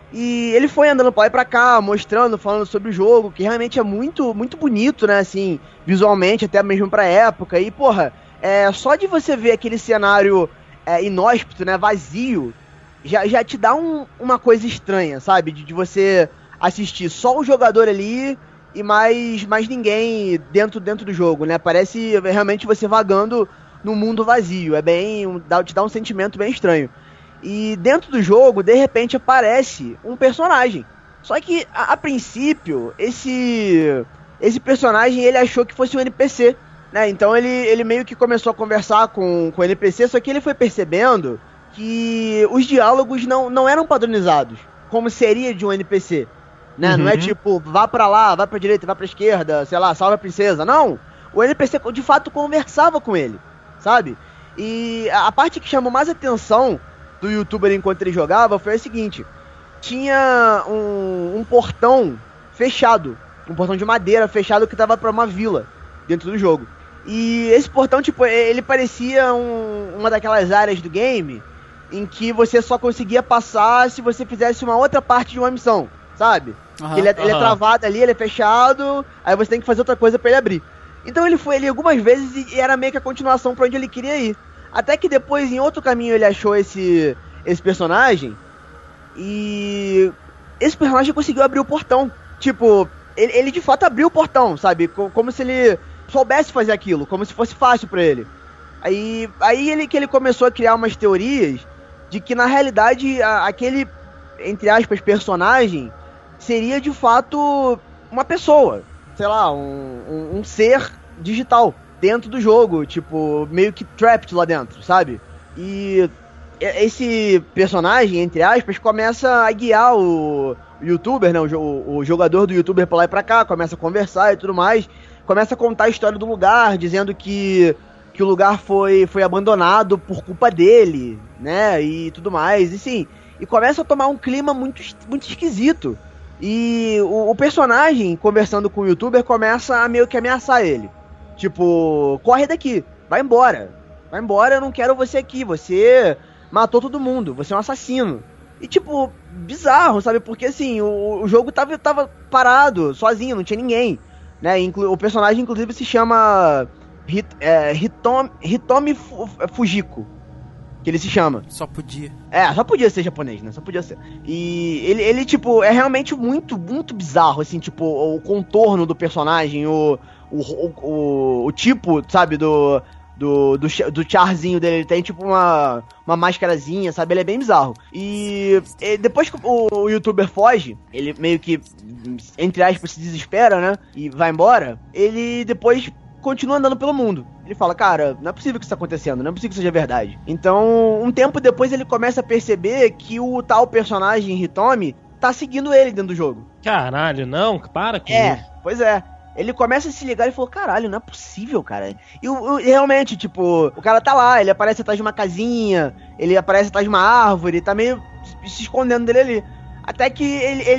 [SPEAKER 4] E ele foi andando pra lá e pra cá, mostrando, falando sobre o jogo, que realmente é muito, muito bonito, né, assim, visualmente, até mesmo pra época. E, porra, é, só de você ver aquele cenário... É, inóspito, né, vazio, já, já te dá um, uma coisa estranha, sabe, de, de você assistir só o jogador ali e mais, mais ninguém dentro, dentro do jogo, né, parece realmente você vagando num mundo vazio, é bem, um, dá, te dá um sentimento bem estranho. E dentro do jogo, de repente, aparece um personagem, só que, a, a princípio, esse, esse personagem, ele achou que fosse um N P C, né, então ele, ele meio que começou a conversar com, com o N P C, só que ele foi percebendo que os diálogos não, não eram padronizados, como seria de um N P C, né, uhum. Não é tipo, vá pra lá, vá pra direita, vá pra esquerda, sei lá, salve a princesa, não, o N P C de fato conversava com ele, sabe, e a, a parte que chamou mais atenção do youtuber enquanto ele jogava foi a seguinte, tinha um, um portão fechado, um portão de madeira fechado que tava pra uma vila dentro do jogo. E esse portão, tipo, ele parecia um, uma daquelas áreas do game em que você só conseguia passar se você fizesse uma outra parte de uma missão, sabe? Uhum, ele, é, uhum. ele é travado ali, ele é fechado, aí você tem que fazer outra coisa pra ele abrir. Então ele foi ali algumas vezes e era meio que a continuação pra onde ele queria ir. Até que depois, em outro caminho, ele achou esse, esse personagem e esse personagem conseguiu abrir o portão. Tipo, ele, ele de fato abriu o portão, sabe? Como se ele soubesse fazer aquilo, como se fosse fácil pra ele. Aí, aí ele que ele começou a criar umas teorias de que na realidade a, aquele, entre aspas, personagem seria de fato uma pessoa, sei lá, um, um, um ser digital dentro do jogo, tipo, meio que trapped lá dentro, sabe? E esse personagem, entre aspas, começa a guiar o, o youtuber, né, o, o jogador do youtuber pra lá e pra cá, começa a conversar e tudo mais, começa a contar a história do lugar, dizendo que, que o lugar foi, foi abandonado por culpa dele, né, e tudo mais, e sim, e começa a tomar um clima muito, muito esquisito, e o, o personagem, conversando com o youtuber, começa a meio que ameaçar ele, tipo, corre daqui, vai embora, vai embora, eu não quero você aqui, você matou todo mundo, você é um assassino. E tipo, bizarro, sabe, porque assim, o, o jogo tava, tava parado, sozinho, não tinha ninguém. Né, o personagem inclusive se chama Hit, é, Hitomi, Hitomi Fujiko, que ele se chama.
[SPEAKER 2] Só podia.
[SPEAKER 4] É, só podia ser japonês, né, só podia ser. E ele, ele tipo, é realmente muito, muito bizarro, assim, tipo, o contorno do personagem, o, o, o, o, o tipo, sabe, do, do, do, do charzinho dele, ele tem tipo uma, uma máscarazinha, sabe, ele é bem bizarro. E, e depois que o, o youtuber foge, ele meio que, entre aspas, se desespera, né, e vai embora, ele depois continua andando pelo mundo. Ele fala, cara, não é possível que isso tá acontecendo, não é possível que seja verdade. Então, um tempo depois ele começa a perceber que o tal personagem Hitomi tá seguindo ele dentro do jogo.
[SPEAKER 3] Caralho, não, para com
[SPEAKER 4] é,
[SPEAKER 3] isso.
[SPEAKER 4] É, pois é. Ele começa a se ligar e falou, caralho, não é possível, cara. E, e realmente, tipo, o cara tá lá, ele aparece atrás de uma casinha, ele aparece atrás de uma árvore, tá meio se escondendo dele ali. Até que ele, ele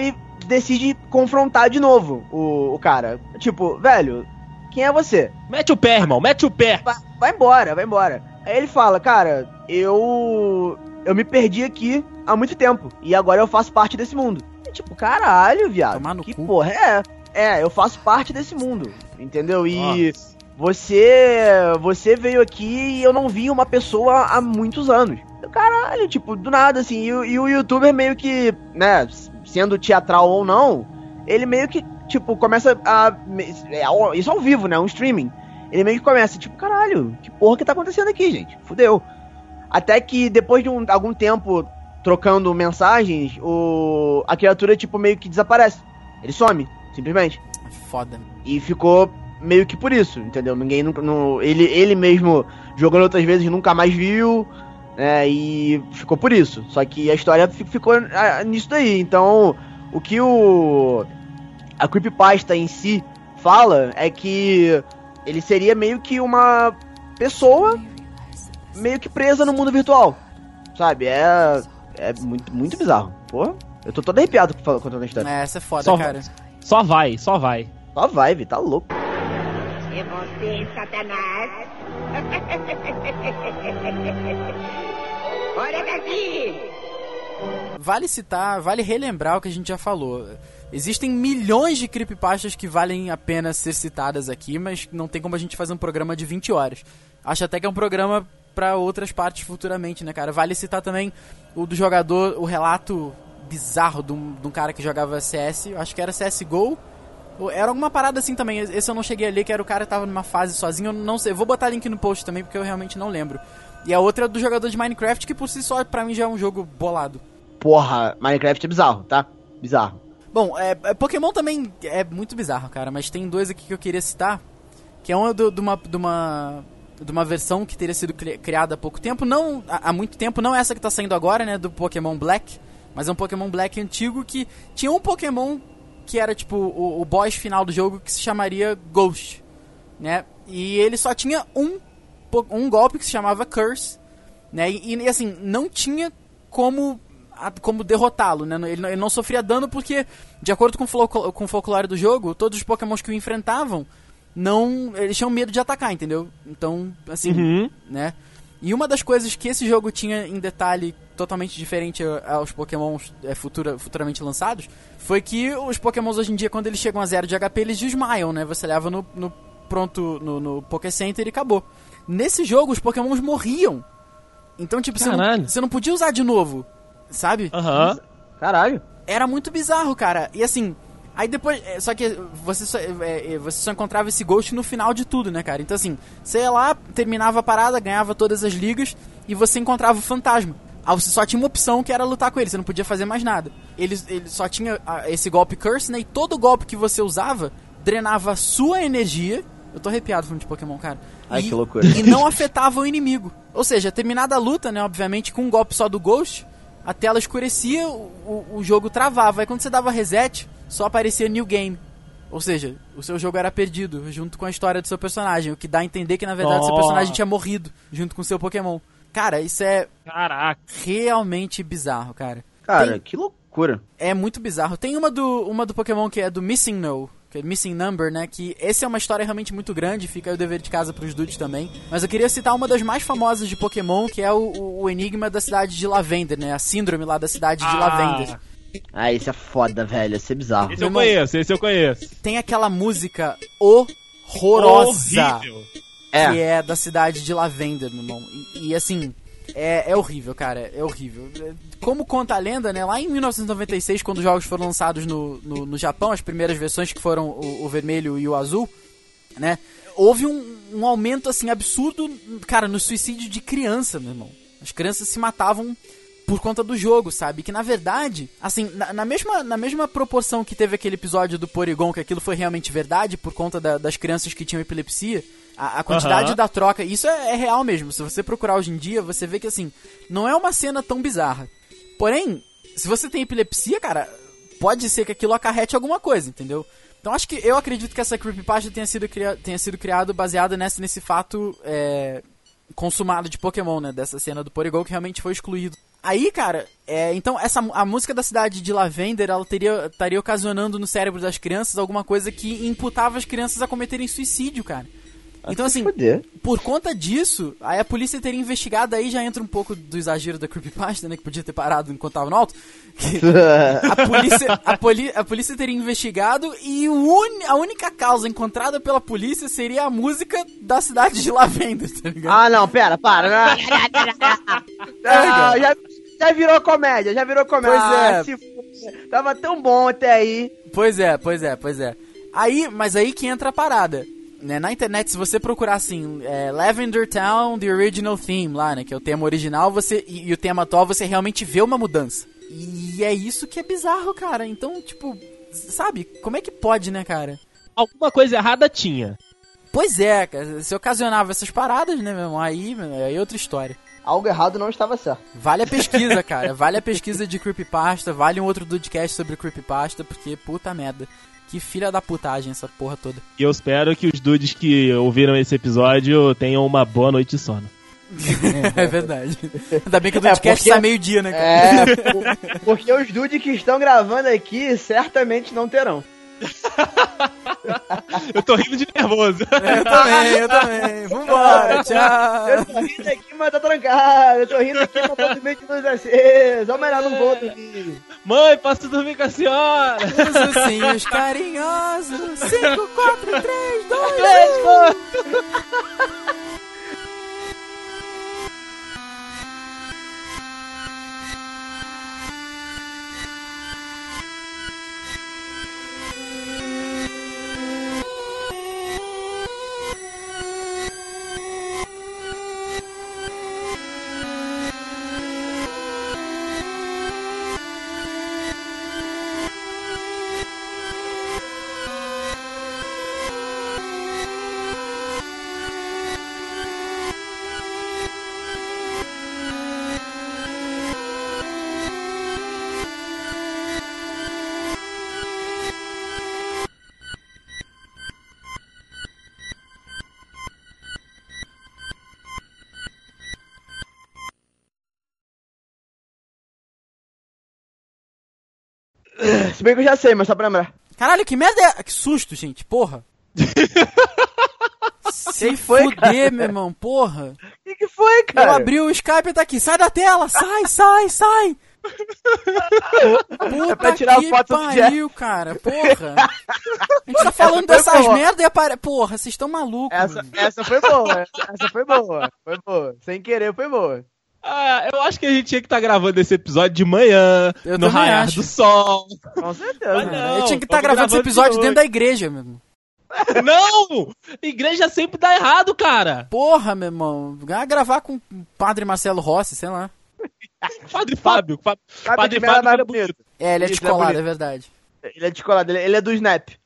[SPEAKER 4] decide confrontar de novo o, o cara. Tipo, velho, quem é você?
[SPEAKER 3] Mete o pé, irmão, mete o pé.
[SPEAKER 4] Vai, vai embora, vai embora. Aí ele fala, cara, eu... Eu me perdi aqui há muito tempo. E agora eu faço parte desse mundo. E, tipo, caralho, viado.
[SPEAKER 2] Tomar no
[SPEAKER 4] que
[SPEAKER 2] cu.
[SPEAKER 4] porra é? É, eu faço parte desse mundo. Entendeu? E
[SPEAKER 3] Nossa.
[SPEAKER 4] você... Você veio aqui e eu não vi uma pessoa há muitos anos. Caralho, tipo, do nada, assim. E, e o youtuber meio que, né, sendo teatral ou não, ele meio que, tipo, começa a... É, isso ao vivo, né? Um streaming. Ele meio que começa, tipo, caralho, que porra que tá acontecendo aqui, gente? Fudeu. Até que depois de um, algum tempo trocando mensagens, o, a criatura, tipo, meio que desaparece. Ele some, simplesmente.
[SPEAKER 2] Foda.
[SPEAKER 4] E ficou meio que por isso, entendeu? Ninguém nunca... Não, ele, ele mesmo, jogando outras vezes, nunca mais viu, né? E ficou por isso. Só que a história ficou ah, nisso daí. Então, o que o... a creepypasta em si fala é que ele seria meio que uma pessoa meio que presa no mundo virtual, sabe? É, é muito, muito bizarro. Porra, eu tô todo arrepiado contando a história.
[SPEAKER 2] É, essa é foda,
[SPEAKER 3] Só,
[SPEAKER 2] cara.
[SPEAKER 3] só vai, só vai.
[SPEAKER 4] Só vibe, tá louco.
[SPEAKER 5] É você, Satanás. Olha daqui!
[SPEAKER 2] Vale citar, vale relembrar o que a gente já falou. Existem milhões de creepypastas que valem a pena ser citadas aqui, mas não tem como a gente fazer um programa de vinte horas. Acho até que é um programa pra outras partes futuramente, né, cara? Vale citar também o do jogador, o relato bizarro de um, de um cara que jogava C S, acho que era C S G O, era alguma parada assim também, esse eu não cheguei a ler, que era o cara que tava numa fase sozinho, eu não sei, eu vou botar link no post também, porque eu realmente não lembro. E a outra é do jogador de Minecraft, que por si só, pra mim, já é um jogo bolado.
[SPEAKER 4] Porra, Minecraft é bizarro, tá? Bizarro.
[SPEAKER 2] Bom, é, é, Pokémon também é muito bizarro, cara, mas tem dois aqui que eu queria citar, que é um de uma... De uma de uma versão que teria sido criada há pouco tempo, não há, há muito tempo, não essa que tá saindo agora, né, do Pokémon Black, mas é um Pokémon Black antigo que tinha um Pokémon que era tipo o, o boss final do jogo, que se chamaria Ghost, né, e ele só tinha um, um golpe que se chamava Curse, né, e, e assim, não tinha como, como derrotá-lo, né, ele, ele não sofria dano porque, de acordo com o, com o folclore do jogo, todos os Pokémons que o enfrentavam não, eles tinham medo de atacar, entendeu? Então, assim,
[SPEAKER 3] uhum.
[SPEAKER 2] né? E uma das coisas que esse jogo tinha em detalhe totalmente diferente aos Pokémons é, futura, futuramente lançados, foi que os Pokémons hoje em dia, quando eles chegam a zero de H P, eles desmaiam, né? Você leva no, no pronto, no, no Poké Center e acabou. Nesse jogo, os Pokémons morriam. Então, tipo, você não, você não podia usar de novo, sabe?
[SPEAKER 3] Aham. Uhum.
[SPEAKER 4] Caralho.
[SPEAKER 2] Era muito bizarro, cara. E assim... Aí depois, só que você só, é, você só encontrava esse Ghost no final de tudo, né, cara? Então assim, você ia lá, terminava a parada, ganhava todas as ligas e você encontrava o fantasma. Aí você só tinha uma opção que era lutar com ele, você não podia fazer mais nada. Ele, ele só tinha esse golpe Curse, né? E todo golpe que você usava drenava a sua energia. Eu tô arrepiado falando de Pokémon, cara.
[SPEAKER 4] Ai,
[SPEAKER 2] e,
[SPEAKER 4] que loucura.
[SPEAKER 2] E não afetava o inimigo. Ou seja, terminada a luta, né, obviamente, com um golpe só do Ghost, a tela escurecia, o, o, o jogo travava. Aí quando você dava reset, só aparecia New Game. Ou seja, o seu jogo era perdido junto com a história do seu personagem. O que dá a entender que, na verdade, o
[SPEAKER 3] oh.
[SPEAKER 2] seu personagem tinha morrido junto com o seu Pokémon. Cara, isso é...
[SPEAKER 3] Caraca.
[SPEAKER 2] Realmente bizarro, cara.
[SPEAKER 4] Cara,
[SPEAKER 2] Tem...
[SPEAKER 4] que loucura. É
[SPEAKER 2] muito bizarro. Tem uma do, uma do Pokémon que é do Missing No, que é Missing Number, né? Que esse é uma história realmente muito grande, fica aí o dever de casa pros dudes também. Mas eu queria citar uma das mais famosas de Pokémon, que é o, o, o enigma da cidade de Lavender, né? A síndrome lá da cidade de
[SPEAKER 3] ah.
[SPEAKER 2] Lavender.
[SPEAKER 4] Ah, esse é foda, velho. Esse é bizarro.
[SPEAKER 3] Esse eu conheço, esse eu conheço.
[SPEAKER 2] Tem aquela música horrorosa.
[SPEAKER 3] Horrível.
[SPEAKER 2] Que é, é da cidade de Lavender, meu irmão. E, e assim, é, é horrível, cara. É horrível. Como conta a lenda, né? Lá em mil novecentos e noventa e seis, quando os jogos foram lançados no, no, no Japão, as primeiras versões que foram o, o vermelho e o azul, né? Houve um, um aumento, assim, absurdo, cara, no suicídio de criança, meu irmão. As crianças se matavam por conta do jogo, sabe? Que na verdade, assim, na, na, mesma, na mesma proporção que teve aquele episódio do Porygon, que aquilo foi realmente verdade por conta da, das crianças que tinham epilepsia, a, a quantidade uhum. da troca, isso é, é real mesmo. Se você procurar hoje em dia, você vê que, assim, não é uma cena tão bizarra. Porém, se você tem epilepsia, cara, pode ser que aquilo acarrete alguma coisa, entendeu? Então acho que eu acredito que essa creepypasta tenha sido, cria, tenha sido criada baseada nesse, nesse fato é, consumado de Pokémon, né? Dessa cena do Porygon que realmente foi excluído Aí, cara, é, então essa, a música da cidade de Lavender, ela teria, estaria ocasionando no cérebro das crianças alguma coisa que imputava as crianças a cometerem suicídio, cara. Então, assim, por conta disso, aí a polícia teria investigado, aí já entra um pouco do exagero da creepypasta, né, que podia ter parado enquanto tava no alto, que a, polícia, a, poli, a polícia teria investigado e o un, a única causa encontrada pela polícia seria a música da cidade de Lavender, tá ligado?
[SPEAKER 4] Ah, não, pera, para. Não, já, já virou comédia, já virou comédia.
[SPEAKER 2] Pois é.
[SPEAKER 4] Ah, se f... Tava tão bom até aí.
[SPEAKER 2] Pois é, pois é, pois é. Aí, mas aí que entra a parada. Né, na internet, se você procurar assim, é, Lavender Town, the original theme lá, né, que é o tema original, você e, e o tema atual, você realmente vê uma mudança. E é isso que é bizarro, cara. Então, tipo, sabe, como é que pode, né, cara?
[SPEAKER 3] Alguma coisa errada tinha.
[SPEAKER 2] Pois é, cara, se ocasionava essas paradas, né, meu irmão, aí, aí é outra história.
[SPEAKER 4] Algo errado não estava certo.
[SPEAKER 2] Vale a pesquisa, cara, vale a pesquisa de creepypasta, vale um outro Dudecast sobre creepypasta, porque puta merda. Que filha da putagem essa porra toda.
[SPEAKER 3] E eu espero que os dudes que ouviram esse episódio tenham uma boa noite de sono.
[SPEAKER 2] É verdade. Ainda bem que o Dudecast é porque... sai meio-dia, né, cara?
[SPEAKER 4] É, porque os dudes que estão gravando aqui certamente não terão.
[SPEAKER 3] Eu tô rindo de nervoso.
[SPEAKER 2] Eu também, eu também. Vambora, tchau.
[SPEAKER 4] Eu tô rindo aqui, mas tá trancado. Eu tô rindo aqui, mas tô dormindo de luz acesa. Ou melhor, não vou dormir.
[SPEAKER 3] Mãe, posso dormir com a senhora?
[SPEAKER 2] Os ursinhos carinhosos. cinco, quatro, três, dois, um.
[SPEAKER 4] Se bem que eu já sei, mas só pra lembrar.
[SPEAKER 2] Caralho, que merda é... Que susto, gente, porra. Se
[SPEAKER 4] que foi,
[SPEAKER 2] fuder,
[SPEAKER 4] cara?
[SPEAKER 2] meu irmão, porra.
[SPEAKER 4] O que, que foi, cara?
[SPEAKER 2] Eu abri o Skype e tá aqui. Sai da tela, sai, sai, sai. Puta
[SPEAKER 4] É pra tirar
[SPEAKER 2] que
[SPEAKER 4] foto do
[SPEAKER 2] pariu, cara, porra. A gente tá falando dessas merdas e apare... Porra, vocês estão malucos.
[SPEAKER 4] Essa, essa foi boa, essa, essa foi boa. Foi boa. Sem querer, foi boa.
[SPEAKER 3] Ah, eu acho que a gente tinha que estar tá gravando esse episódio de manhã,
[SPEAKER 2] eu
[SPEAKER 3] no raiar
[SPEAKER 2] acho.
[SPEAKER 3] do sol.
[SPEAKER 4] Com certeza.
[SPEAKER 3] Mas não,
[SPEAKER 2] eu tinha que estar tá gravando esse episódio dentro da igreja, meu irmão.
[SPEAKER 3] Não! Igreja sempre dá errado, cara.
[SPEAKER 2] Porra, meu irmão. Vai gravar com o padre Marcelo Rossi, sei lá.
[SPEAKER 3] Padre Fábio. Pa-
[SPEAKER 4] Padre
[SPEAKER 3] Padre
[SPEAKER 4] Fábio
[SPEAKER 3] Fábio
[SPEAKER 4] é
[SPEAKER 3] era
[SPEAKER 4] bonito.
[SPEAKER 2] É, ele é
[SPEAKER 4] Isso,
[SPEAKER 2] descolado,
[SPEAKER 4] é
[SPEAKER 2] é verdade.
[SPEAKER 4] Ele é descolado, ele, ele é do Snap.